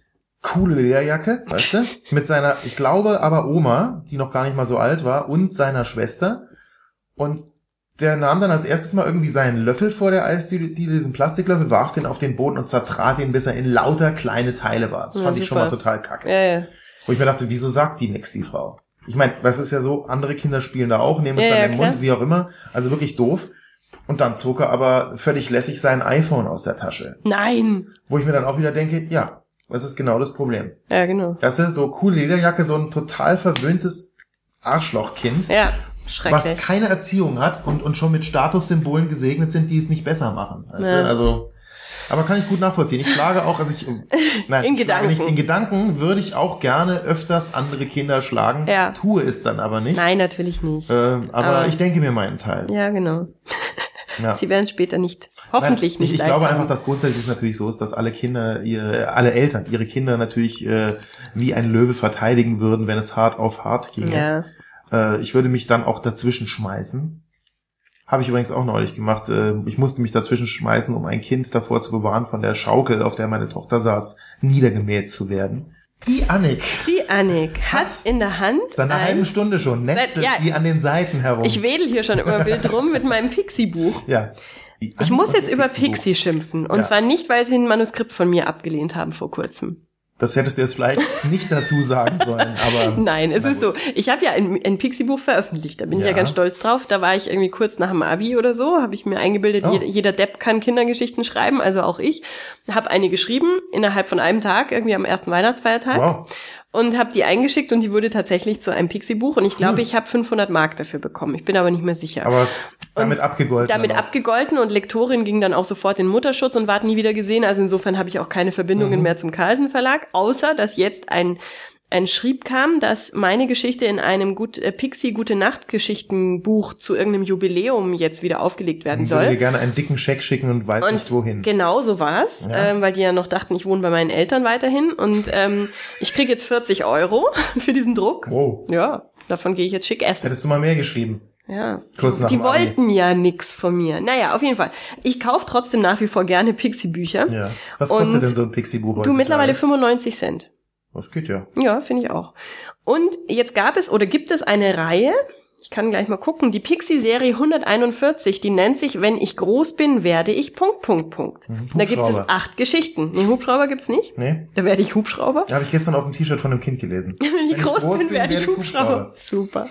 coole Lederjacke, weißt du? Mit seiner, ich glaube aber Oma, die noch gar nicht mal so alt war, und seiner Schwester. Und der nahm dann als erstes mal irgendwie seinen Löffel vor der Eisdiele, diesen Plastiklöffel, warf den auf den Boden und zertrat ihn, bis er in lauter kleine Teile war. Das Ja, fand ich schon super. mal total kacke. Ja, ja. Wo ich mir dachte, wieso sagt die nix, die Frau? Ich meine, das ist ja so, andere Kinder spielen da auch, nehmen es Ja, dann ja, in den klar. Mund, wie auch immer. Also wirklich doof. Und dann zog er aber völlig lässig sein iPhone aus der Tasche. Nein. Wo ich mir dann auch wieder denke, ja, das ist genau das Problem. Ja, genau. Das ist so coole Lederjacke, so ein total verwöhntes Arschlochkind. Ja, Was schrecklich. keine Erziehung hat und, und schon mit Statussymbolen gesegnet sind, die es nicht besser machen. Weißt Ja. du? Also, aber kann ich gut nachvollziehen. Ich schlage auch, also ich, nein, In ich schlage Gedanken. nicht. In Gedanken würde ich auch gerne öfters andere Kinder schlagen, Ja. tue es dann aber nicht. Nein, natürlich nicht. Äh, aber, Aber- ich denke mir meinen Teil. Ja, genau. Ja. Sie werden es später nicht, hoffentlich Nein, nicht Ich, ich leicht glaube haben. einfach, dass grundsätzlich es natürlich so ist, dass alle Kinder, ihre, alle Eltern, ihre Kinder natürlich äh, wie ein Löwe verteidigen würden, wenn es hart auf hart ginge. Ja. Äh, ich würde mich dann auch dazwischen schmeißen. Habe ich übrigens auch neulich gemacht. Äh, ich musste mich dazwischen schmeißen, um ein Kind davor zu bewahren, von der Schaukel, auf der meine Tochter saß, niedergemäht zu werden. Die Annik, Die Annik hat in der Hand seit einer ein, halben Stunde schon, nestelt Seit- ja. sie an den Seiten herum. ich wedel hier schon immer wild rum mit meinem Pixie-Buch. ja. Die Ich Annik muss und jetzt ihr über Pixie-Buch. Pixie schimpfen. Und Ja. zwar nicht, weil sie ein Manuskript von mir abgelehnt haben vor kurzem. Das hättest du jetzt vielleicht nicht dazu sagen sollen, aber... Nein, es na ist gut. so. Ich habe ja ein, ein Pixie-Buch veröffentlicht. Da bin ich Ja. ja ganz stolz drauf. Da war ich irgendwie kurz nach dem Abi oder so. Habe ich mir eingebildet, Oh. jeder, jeder Depp kann Kindergeschichten schreiben. Also auch ich. Habe eine geschrieben innerhalb von einem Tag, irgendwie am ersten Weihnachtsfeiertag. Wow. Und habe die eingeschickt und die wurde tatsächlich zu einem Pixie-Buch. Und ich glaube, ich habe fünfhundert Mark dafür bekommen. Ich bin aber nicht mehr sicher. Aber damit Und abgegolten. Damit dann auch. abgegolten und Lektorin ging dann auch sofort in Mutterschutz und ward nie wieder gesehen. Also insofern habe ich auch keine Verbindungen Mhm. mehr zum Carlsen Verlag, außer dass jetzt ein ein Schrieb kam, dass meine Geschichte in einem gut, äh, Pixie Gute Nacht Geschichtenbuch zu irgendeinem Jubiläum jetzt wieder aufgelegt werden Ich würde dir soll. gerne einen dicken Scheck schicken und weiß Und nicht wohin. genau so war's, Ja. ähm, weil die ja noch dachten, ich wohne bei meinen Eltern weiterhin. Und ähm, ich kriege jetzt vierzig Euro für diesen Druck. Wow. Ja, davon gehe ich jetzt schick essen. Hättest du mal mehr geschrieben? Ja, Kurz nach die dem Abi. wollten ja nix von mir. Naja, auf jeden Fall. Ich kaufe trotzdem nach wie vor gerne Pixie-Bücher. Ja. Was kostet Und denn so ein Pixie-Buch? Du, mittlerweile fünfundneunzig Cent. Das geht ja. Ja, finde ich auch. Und jetzt gab es oder gibt es eine Reihe, ich kann gleich mal gucken, die Pixie-Serie hunderteinundvierzig, die nennt sich Wenn ich groß bin, werde ich Punkt, Punkt, Punkt. Mhm, Da gibt es Hubschrauber. acht Geschichten. Nee, Hubschrauber gibt's nicht. Nee? Da werde ich Hubschrauber. Da habe ich gestern auf dem T-Shirt von einem Kind gelesen. Wenn ich groß, bin, werde ich Hubschrauber. Super.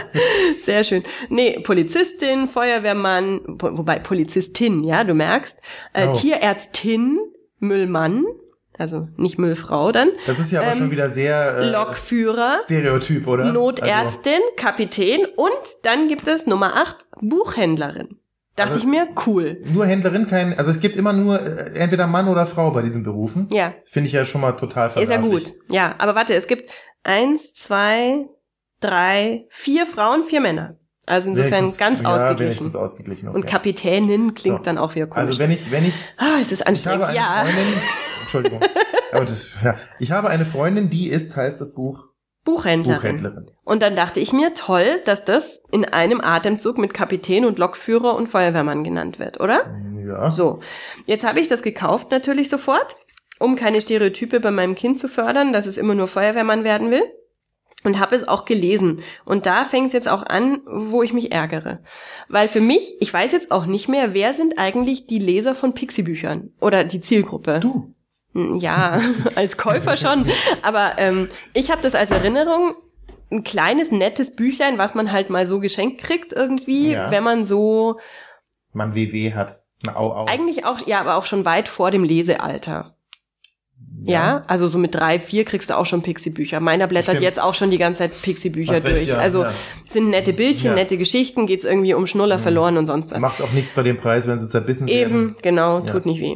Sehr schön. Nee, Polizistin, Feuerwehrmann, wo- wobei Polizistin, ja, du merkst. Äh, Oh. Tierärztin, Müllmann, also nicht Müllfrau dann. Das ist ja aber ähm, schon wieder sehr äh, Lokführer, Stereotyp, oder? Notärztin, also. Kapitän und dann gibt es Nummer acht, Buchhändlerin. Dachte also, ich mir, cool. Nur Händlerin, kein, also es gibt immer nur äh, entweder Mann oder Frau bei diesen Berufen. Ja. Finde ich ja schon mal total verwerflich. Ist ja gut. Ja, aber warte, es gibt eins, zwei, drei, vier Frauen, vier Männer. Also insofern wenigstens, ganz ja, ausgeglichen. Wenigstens ausgeglichen. Okay. Und Kapitänin klingt so. Dann auch wieder komisch. Also wenn ich, wenn ich, ah, es ist anstrengend. Ich habe eine ja. Freundin, Entschuldigung, aber das, ja, ich habe eine Freundin, die ist, heißt das Buch Buchhändlerin. Buchhändlerin. Und dann dachte ich mir, toll, dass das in einem Atemzug mit Kapitän und Lokführer und Feuerwehrmann genannt wird, oder? Ja. So, jetzt habe ich das gekauft natürlich sofort, um keine Stereotype bei meinem Kind zu fördern, dass es immer nur Feuerwehrmann werden will. Und habe es auch gelesen. Und da fängt es jetzt auch an, wo ich mich ärgere. Weil für mich, ich weiß jetzt auch nicht mehr, wer sind eigentlich die Leser von Pixie-Büchern? Oder die Zielgruppe? Du. Ja, als Käufer schon. Aber ähm, ich habe das als Erinnerung, ein kleines, nettes Büchlein, was man halt mal so geschenkt kriegt irgendwie, ja. Wenn man so... Man W W hat. Na, au, au. Eigentlich auch, ja, aber auch schon weit vor dem Lesealter. Ja. ja, also so mit drei, vier kriegst du auch schon Pixie-Bücher. Meiner blättert Stimmt. Jetzt auch schon die ganze Zeit Pixie-Bücher durch. Recht, ja, also ja. Sind nette Bildchen, ja. Nette Geschichten, geht's irgendwie um Schnuller mhm. verloren und sonst was. Macht auch nichts bei dem Preis, wenn sie zerbissen Eben, werden. Eben, genau, ja. Tut nicht weh.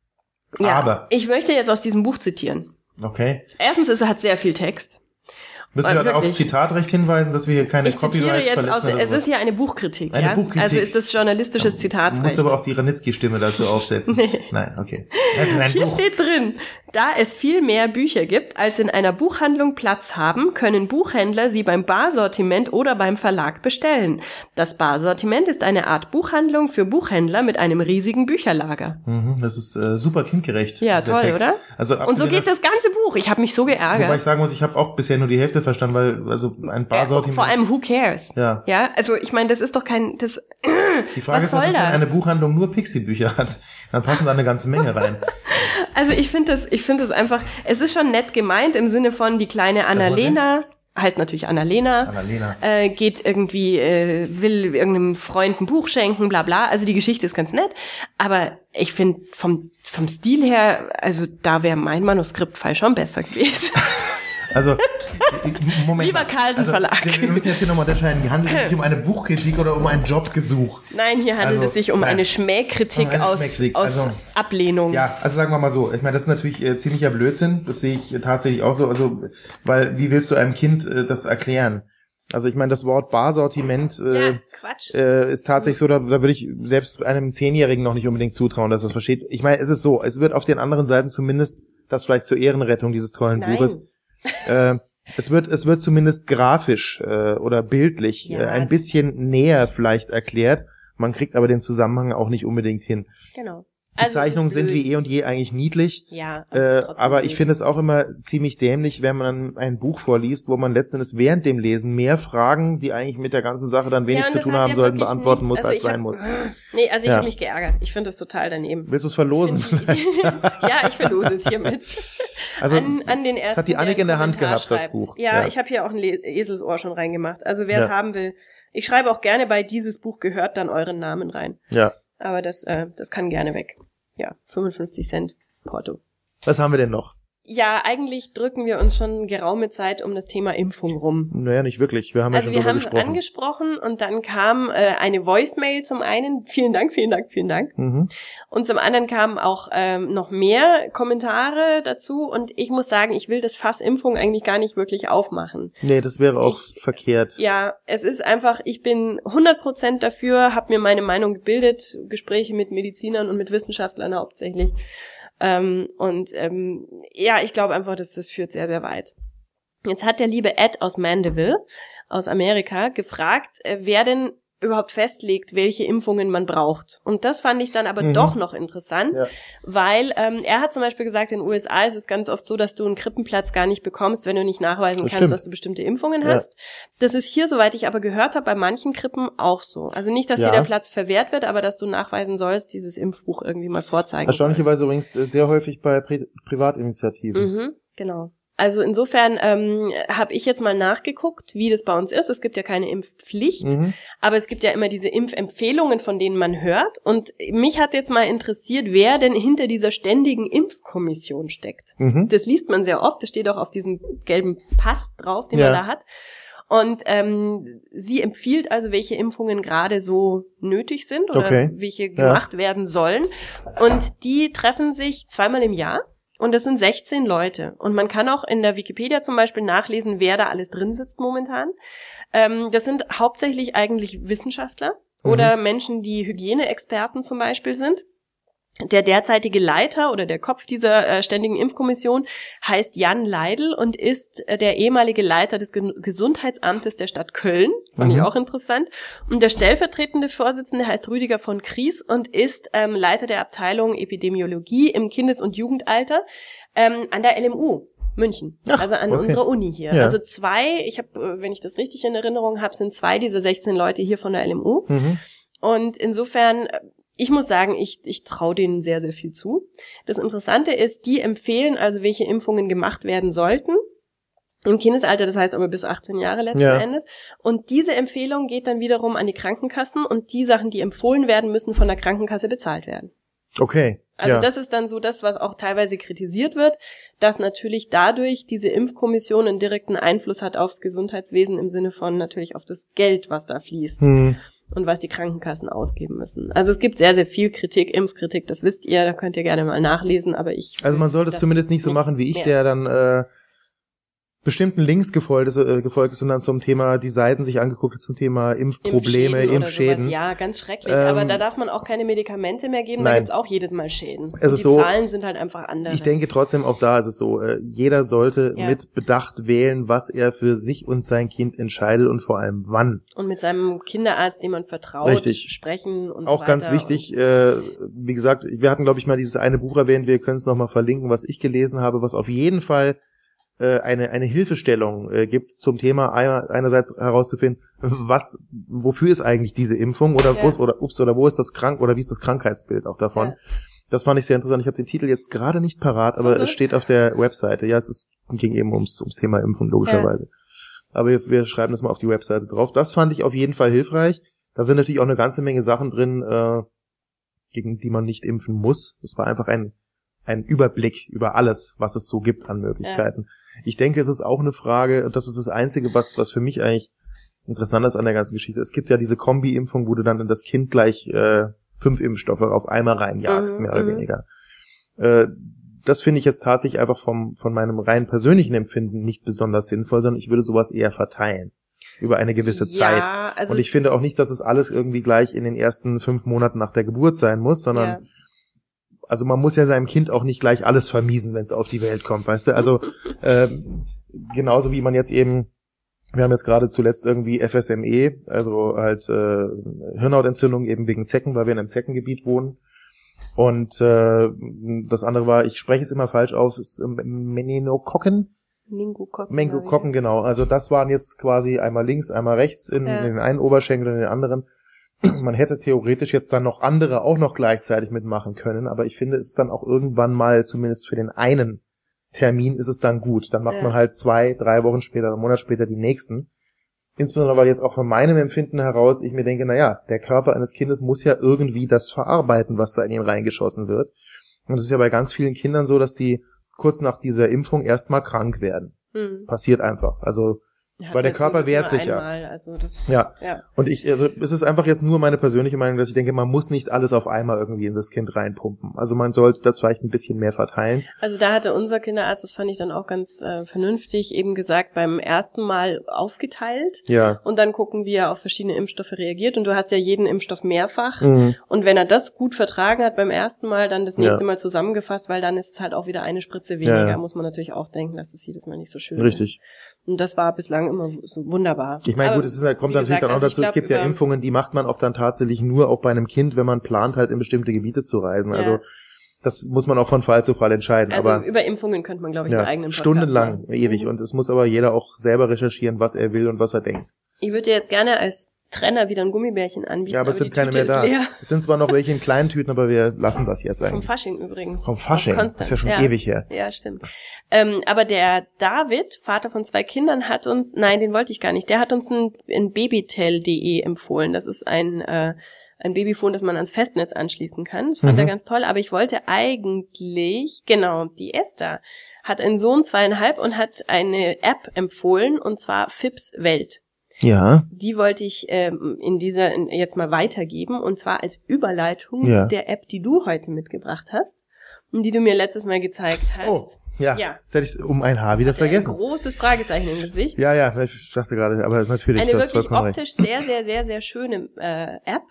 Ja, aber ich möchte jetzt aus diesem Buch zitieren. Okay. Erstens, es hat sehr viel Text. Müssen wir auf Zitatrecht hinweisen, dass wir hier keine ich Copyrights jetzt verletzen? Aus, es ist ja eine Buchkritik, eine ja? Buchkritik. Also ist das journalistisches Zitatsrecht. Du musst aber auch die Ranitzky-Stimme dazu aufsetzen. Nee. Nein, okay. Also ein hier Buch. steht drin, da es viel mehr Bücher gibt, als in einer Buchhandlung Platz haben, können Buchhändler sie beim Barsortiment oder beim Verlag bestellen. Das Barsortiment ist eine Art Buchhandlung für Buchhändler mit einem riesigen Bücherlager. Mhm, das ist äh, super kindgerecht. Ja, toll, Text. Oder? Also und so geht das ganze Buch. Ich habe mich so geärgert. Wobei ich sagen muss, ich habe auch bisher nur die Hälfte verstanden, weil also ein Barsortiment. Ja, vor allem, who cares? Ja. Ja, also ich meine, das ist doch kein, das. Die Frage ist, was ist, wenn eine Buchhandlung nur Pixie-Bücher hat? Dann passen da eine ganze Menge rein. Also ich finde das, ich finde das einfach, es ist schon nett gemeint im Sinne von die kleine Annalena, heißt natürlich Annalena, Annalena. Äh, geht irgendwie, äh, will irgendeinem Freund ein Buch schenken, bla bla. Also die Geschichte ist ganz nett, aber ich finde vom vom Stil her, also da wäre mein Manuskriptfall schon besser gewesen. Also, Moment. Lieber Carlsen also, Verlag. Wir, wir müssen jetzt hier nochmal unterscheiden. Handelt es sich um eine Buchkritik oder um ein Jobgesuch? Nein, hier handelt also, es sich um nein, eine Schmähkritik, um eine aus, Schmähkritik. aus also, Ablehnung. Ja, also sagen wir mal so. Ich meine, das ist natürlich äh, ziemlicher Blödsinn. Das sehe ich äh, tatsächlich auch so. Also, weil, wie willst du einem Kind äh, das erklären? Also ich meine, das Wort Barsortiment äh, ja, Quatsch. äh, ist tatsächlich so, da, da würde ich selbst einem Zehnjährigen noch nicht unbedingt zutrauen, dass er das versteht. Ich meine, es ist so, es wird auf den anderen Seiten zumindest, das vielleicht zur Ehrenrettung dieses tollen Nein. Buches, äh, es wird, es wird zumindest grafisch äh, oder bildlich ja. äh, ein bisschen näher vielleicht erklärt. Man kriegt aber den Zusammenhang auch nicht unbedingt hin. Genau. Die also Zeichnungen sind wie eh und je eigentlich niedlich, ja, äh, aber ich finde es auch immer ziemlich dämlich, wenn man ein Buch vorliest, wo man letzten Endes während dem Lesen mehr Fragen, die eigentlich mit der ganzen Sache dann wenig ja, zu tun haben ja sollten, beantworten nichts. muss, also als sein hab, muss. Nee, also ich ja. habe mich geärgert. Ich finde das total daneben. Willst du es verlosen? Ja, ich verlose es hiermit. Also, an, an den ersten, das hat die Annik in der Hand gehabt, schreibt. das Buch. Ja, ja. Ich habe hier auch ein Le- Eselsohr schon reingemacht. Also wer es ja. haben will, ich schreibe auch gerne bei dieses Buch gehört dann euren Namen rein. Ja. Aber das, äh, das kann gerne weg. Ja, fünfundfünfzig Cent Porto. Was haben wir denn noch? Ja, eigentlich drücken wir uns schon geraume Zeit um das Thema Impfung rum. Naja, nicht wirklich. Wir haben also ja schon drüber gesprochen. Also wir haben angesprochen und dann kam äh, eine Voicemail zum einen. Vielen Dank, vielen Dank, vielen Dank. Mhm. Und zum anderen kamen auch ähm, noch mehr Kommentare dazu. Und ich muss sagen, ich will das Fass Impfung eigentlich gar nicht wirklich aufmachen. Nee, das wäre auch ich, verkehrt. Ja, es ist einfach, ich bin hundert Prozent dafür, habe mir meine Meinung gebildet, Gespräche mit Medizinern und mit Wissenschaftlern hauptsächlich. Ähm, und ähm, ja, ich glaube einfach, dass das führt sehr, sehr weit. Jetzt hat der liebe Ed aus Mandeville, aus Amerika, gefragt, äh, wer denn überhaupt festlegt, welche Impfungen man braucht. Und das fand ich dann aber mhm. doch noch interessant, ja. weil ähm, er hat zum Beispiel gesagt, in den U S A ist es ganz oft so, dass du einen Krippenplatz gar nicht bekommst, wenn du nicht nachweisen das kannst, stimmt. dass du bestimmte Impfungen ja. hast. Das ist hier, soweit ich aber gehört habe, bei manchen Krippen auch so. Also nicht, dass ja. dir der Platz verwehrt wird, aber dass du nachweisen sollst, dieses Impfbuch irgendwie mal vorzeigen Erstaunlicherweise übrigens sehr häufig bei Pri- Privatinitiativen. Mhm, genau. Also insofern ähm, habe ich jetzt mal nachgeguckt, wie das bei uns ist. Es gibt ja keine Impfpflicht, mhm. aber es gibt ja immer diese Impfempfehlungen, von denen man hört. Und mich hat jetzt mal interessiert, wer denn hinter dieser ständigen Impfkommission steckt. Mhm. Das liest man sehr oft, das steht auch auf diesem gelben Pass drauf, den ja. man da hat. Und ähm, sie empfiehlt also, welche Impfungen gerade so nötig sind oder okay. welche gemacht ja. werden sollen. Und die treffen sich zweimal im Jahr. Und das sind sechzehn Leute. Und man kann auch in der Wikipedia zum Beispiel nachlesen, wer da alles drin sitzt momentan. Ähm, das sind hauptsächlich eigentlich Wissenschaftler mhm. oder Menschen, die Hygieneexperten zum Beispiel sind. Der derzeitige Leiter oder der Kopf dieser äh, ständigen Impfkommission heißt Jan Leidl und ist äh, der ehemalige Leiter des Ge- Gesundheitsamtes der Stadt Köln. Fand mhm. ich auch interessant. Und der stellvertretende Vorsitzende heißt Rüdiger von Kries und ist ähm, Leiter der Abteilung Epidemiologie im Kindes- und Jugendalter ähm, an der L M U München, Ach, also an okay. unserer Uni hier. Ja. Also zwei, ich habe, wenn ich das richtig in Erinnerung habe, sind zwei dieser sechzehn Leute hier von der L M U. Mhm. Und insofern... Ich muss sagen, ich, ich traue denen sehr, sehr viel zu. Das Interessante ist, die empfehlen also, welche Impfungen gemacht werden sollten. Im Kindesalter, das heißt aber bis achtzehn Jahre letzten ja. Endes. Und diese Empfehlung geht dann wiederum an die Krankenkassen und die Sachen, die empfohlen werden, müssen von der Krankenkasse bezahlt werden. Okay. Also ja. das ist dann so das, was auch teilweise kritisiert wird, dass natürlich dadurch diese Impfkommission einen direkten Einfluss hat aufs Gesundheitswesen im Sinne von natürlich auf das Geld, was da fließt. Hm. Und was die Krankenkassen ausgeben müssen. Also es gibt sehr, sehr viel Kritik, Impfkritik, das wisst ihr, da könnt ihr gerne mal nachlesen, aber ich... Also man sollte es zumindest nicht so machen wie ich, mehr. der dann äh, bestimmten Links gefolgt ist, äh, gefolgt ist und dann zum Thema, die Seiten sich angeguckt hat zum Thema Impfprobleme, Impfschäden. Impfschäden. Ja, ganz schrecklich, ähm, aber da darf man auch keine Medikamente mehr geben, nein. Da gibt's auch jedes Mal Schäden. Es ist die so, Zahlen sind halt einfach andere. Ich denke trotzdem, auch da ist es so, äh, jeder sollte ja. mit Bedacht wählen, was er für sich und sein Kind entscheidet und vor allem wann. Und mit seinem Kinderarzt, dem man vertraut, Richtig. sprechen und auch so weiter. Auch ganz wichtig, äh, wie gesagt, wir hatten, glaube ich, mal dieses eine Buch erwähnt, wir können es nochmal verlinken, was ich gelesen habe, was auf jeden Fall eine eine Hilfestellung äh, gibt zum Thema einerseits herauszufinden, was wofür ist eigentlich diese Impfung oder ja. oder ups oder wo ist das krank oder wie ist das Krankheitsbild auch davon. Ja. Das fand ich sehr interessant. Ich habe den Titel jetzt gerade nicht parat, aber also? Es steht auf der Webseite. Ja, es ist, ging eben ums ums Thema Impfung logischerweise. Ja. Aber wir, wir schreiben das mal auf die Webseite drauf. Das fand ich auf jeden Fall hilfreich. Da sind natürlich auch eine ganze Menge Sachen drin, äh, gegen die man nicht impfen muss. Das war einfach ein ein Überblick über alles, was es so gibt an Möglichkeiten. Ja. Ich denke, es ist auch eine Frage, und das ist das Einzige, was was für mich eigentlich interessant ist an der ganzen Geschichte. Es gibt ja diese Kombi-Impfung, wo du dann in das Kind gleich äh, fünf Impfstoffe auf einmal reinjagst, mhm, mehr oder weniger. Äh, das finde ich jetzt tatsächlich einfach vom von meinem rein persönlichen Empfinden nicht besonders sinnvoll, sondern ich würde sowas eher verteilen über eine gewisse ja, Zeit. Also und ich finde auch nicht, dass es alles irgendwie gleich in den ersten fünf Monaten nach der Geburt sein muss, sondern ja. Also man muss ja seinem Kind auch nicht gleich alles vermiesen, wenn es auf die Welt kommt, weißt du? Also ähm, genauso wie man jetzt eben, wir haben jetzt gerade zuletzt irgendwie F S M E, also halt äh, Hirnhautentzündung eben wegen Zecken, weil wir in einem Zeckengebiet wohnen. Und äh, das andere war, ich spreche es immer falsch aus, ist Meningokokken. Meningokokken. Meningokokken, genau. Also das waren jetzt quasi einmal links, einmal rechts in, ja. in den einen Oberschenkel und in den anderen. Man hätte theoretisch jetzt dann noch andere auch noch gleichzeitig mitmachen können, aber ich finde, es ist dann auch irgendwann mal, zumindest für den einen Termin, ist es dann gut. Dann macht ja. man halt zwei, drei Wochen später, einen Monat später die nächsten. Insbesondere, weil jetzt auch von meinem Empfinden heraus ich mir denke, naja, der Körper eines Kindes muss ja irgendwie das verarbeiten, was da in ihn reingeschossen wird. Und es ist ja bei ganz vielen Kindern so, dass die kurz nach dieser Impfung erstmal krank werden. Hm. Passiert einfach. Also Ja, weil der Körper wehrt sich ja. Also das, ja. ja. Und ich, also es ist einfach jetzt nur meine persönliche Meinung, dass ich denke, man muss nicht alles auf einmal irgendwie in das Kind reinpumpen. Also man sollte das vielleicht ein bisschen mehr verteilen. Also da hatte unser Kinderarzt, das fand ich dann auch ganz äh, vernünftig, eben gesagt, beim ersten Mal aufgeteilt. Ja. Und dann gucken, wie er auf verschiedene Impfstoffe reagiert. Und du hast ja jeden Impfstoff mehrfach. Mhm. Und wenn er das gut vertragen hat beim ersten Mal, dann das nächste ja. Mal zusammengefasst, weil dann ist es halt auch wieder eine Spritze weniger. Ja. Muss man natürlich auch denken, dass das jedes Mal nicht so schön Richtig. ist. Und das war bislang immer so wunderbar. Ich meine, gut, es ist, kommt dann natürlich dann auch dazu, glaub, es gibt ja Impfungen, die macht man auch dann tatsächlich nur auch bei einem Kind, wenn man plant, halt in bestimmte Gebiete zu reisen. Ja. Also das muss man auch von Fall zu Fall entscheiden. Also aber über Impfungen könnte man, glaube ich, ja, einen eigenen Podcast stundenlang, machen. ewig. Und es muss aber jeder auch selber recherchieren, was er will und was er denkt. Ich würde dir jetzt gerne als Trenner wieder ein Gummibärchen anbieten. Ja, aber es sind keine mehr da. Es sind zwar noch welche in kleinen Tüten, aber wir lassen das jetzt eigentlich. Vom Fasching übrigens. Vom Fasching? Das ist ja schon ja. ewig her. Ja, stimmt. Ähm, aber der David, Vater von zwei Kindern, hat uns, nein, den wollte ich gar nicht, der hat uns ein, ein babytel punkt de empfohlen. Das ist ein, äh, ein Babyphone, das man ans Festnetz anschließen kann. Das fand mhm. er ganz toll, aber ich wollte eigentlich, genau, die Esther hat einen Sohn, zweieinhalb, und hat eine App empfohlen, und zwar Fips Welt. Ja. Die wollte ich ähm, in dieser in, jetzt mal weitergeben, und zwar als Überleitung ja. zu der App, die du heute mitgebracht hast und die du mir letztes Mal gezeigt hast. Oh, ja. ja. Jetzt hätte ich es um ein Haar wieder Hat vergessen. Ein großes Fragezeichen im Gesicht. Ja, ja, ich dachte gerade, aber natürlich, eine du hast wirklich vollkommen optisch recht. sehr, sehr, sehr, sehr schöne äh, App.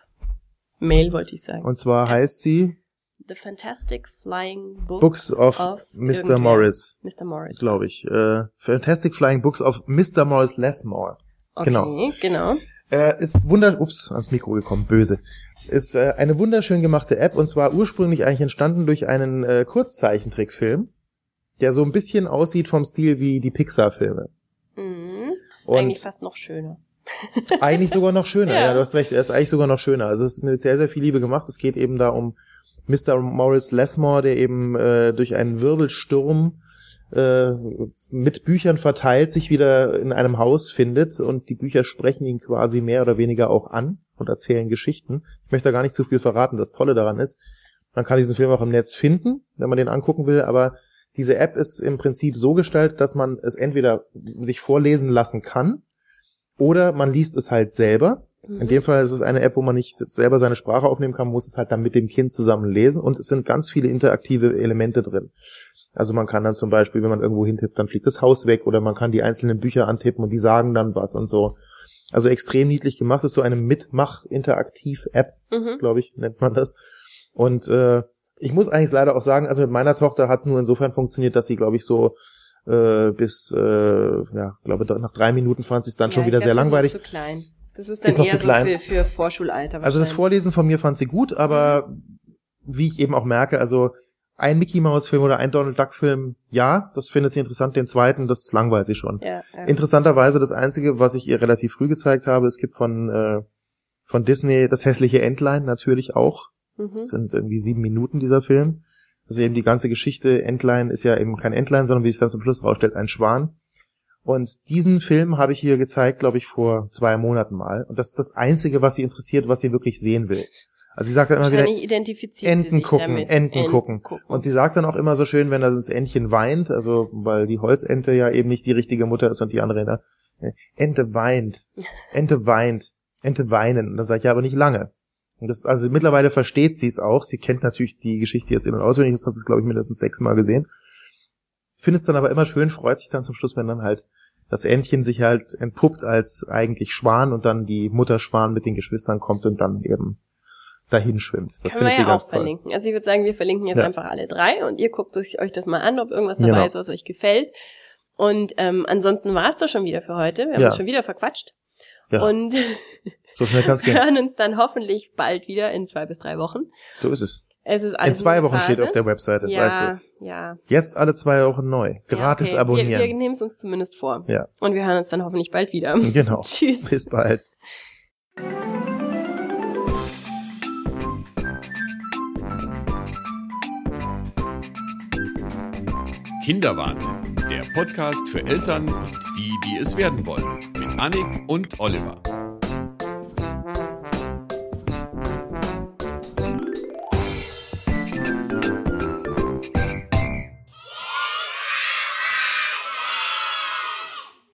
Mail wollte ich sagen. Und zwar App. heißt sie The Fantastic Flying Books, Books of, of Mister Morris. Mister Morris. Glaube ich. Äh, Fantastic Flying Books of Mister Morris Lesmore. Okay, genau. genau. Äh, ist wunder, ups, ans Mikro gekommen, böse. Ist äh, eine wunderschön gemachte App, und zwar ursprünglich eigentlich entstanden durch einen äh, Kurzzeichentrickfilm, der so ein bisschen aussieht vom Stil wie die Pixar-Filme. Mhm. Und eigentlich fast noch schöner. Eigentlich sogar noch schöner, ja. ja, du hast recht, er ist eigentlich sogar noch schöner. Also es ist mit sehr, sehr viel Liebe gemacht. Es geht eben da um Mister Morris Lesmore, der eben äh, durch einen Wirbelsturm äh, mit Büchern verteilt sich wieder in einem Haus findet, und die Bücher sprechen ihn quasi mehr oder weniger auch an und erzählen Geschichten. Ich möchte da gar nicht zu viel verraten. Das Tolle daran ist, man kann diesen Film auch im Netz finden, wenn man den angucken will, aber diese App ist im Prinzip so gestaltet, dass man es entweder sich vorlesen lassen kann oder man liest es halt selber. In dem Fall ist es eine App, wo man nicht selber seine Sprache aufnehmen kann, man muss es halt dann mit dem Kind zusammen lesen, und es sind ganz viele interaktive Elemente drin. Also man kann dann zum Beispiel, wenn man irgendwo hintippt, dann fliegt das Haus weg, oder man kann die einzelnen Bücher antippen und die sagen dann was und so. Also extrem niedlich gemacht, ist so eine Mitmach-Interaktiv-App, mhm. glaube ich, nennt man das. Und äh, ich muss eigentlich leider auch sagen, also mit meiner Tochter hat es nur insofern funktioniert, dass sie, glaube ich, so äh, bis, äh, ja, glaube nach drei Minuten fand sie es dann ja, schon wieder glaub, sehr langweilig. Das ist noch zu klein. Das ist dann ist noch eher zu so klein. Für, für Vorschulalter. Also das Vorlesen von mir fand sie gut, aber mhm. wie ich eben auch merke, also ein Mickey-Maus-Film oder ein Donald-Duck-Film, ja, das findet sie interessant. Den zweiten, das langweilt sie schon. Ja, ja. Interessanterweise das Einzige, was ich ihr relativ früh gezeigt habe, es gibt von äh, von Disney das hässliche Entlein natürlich auch. Mhm. Das sind irgendwie sieben Minuten dieser Film. Also eben die ganze Geschichte, Entlein ist ja eben kein Entlein, sondern wie sich dann zum Schluss rausstellt, ein Schwan. Und diesen Film habe ich hier gezeigt, glaube ich, vor zwei Monaten mal. Und das ist das Einzige, was sie interessiert, was sie wirklich sehen will. Also sie sagt dann immer wieder, Enten gucken, Enten, Enten gucken. gucken. Und sie sagt dann auch immer so schön, wenn das Entchen weint, also weil die Holzente ja eben nicht die richtige Mutter ist und die andere, ne? Ente weint, Ente weint, Ente weinen. Und dann sage ich, ja, aber nicht lange. Und das, also mittlerweile versteht sie es auch. Sie kennt natürlich die Geschichte jetzt in- und auswendig. Das hat sie, glaube ich, mindestens sechsmal gesehen. Findet es dann aber immer schön, freut sich dann zum Schluss, wenn dann halt das Entchen sich halt entpuppt als eigentlich Schwan und dann die Mutter Schwan mit den Geschwistern kommt und dann eben dahin schwimmt. Das können wir ja sie ganz auch toll. verlinken. Also ich würde sagen, wir verlinken jetzt ja. einfach alle drei und ihr guckt euch das mal an, ob irgendwas dabei genau. ist, was euch gefällt. Und ähm, ansonsten war es das schon wieder für heute. Wir haben ja. uns schon wieder verquatscht. Ja. Und so schnell kann's gehen. hören uns dann hoffentlich bald wieder in zwei bis drei Wochen. So ist es. Es ist alles in zwei Wochen Phase. steht auf der Webseite, ja, weißt du. Ja. Jetzt alle zwei Wochen neu. Gratis ja, okay. abonnieren. Wir, wir nehmen es uns zumindest vor. Ja. Und wir hören uns dann hoffentlich bald wieder. Genau. Tschüss. Bis bald. Kinderwahnsinn, der Podcast für Eltern und die, die es werden wollen, mit Annik und Oliver.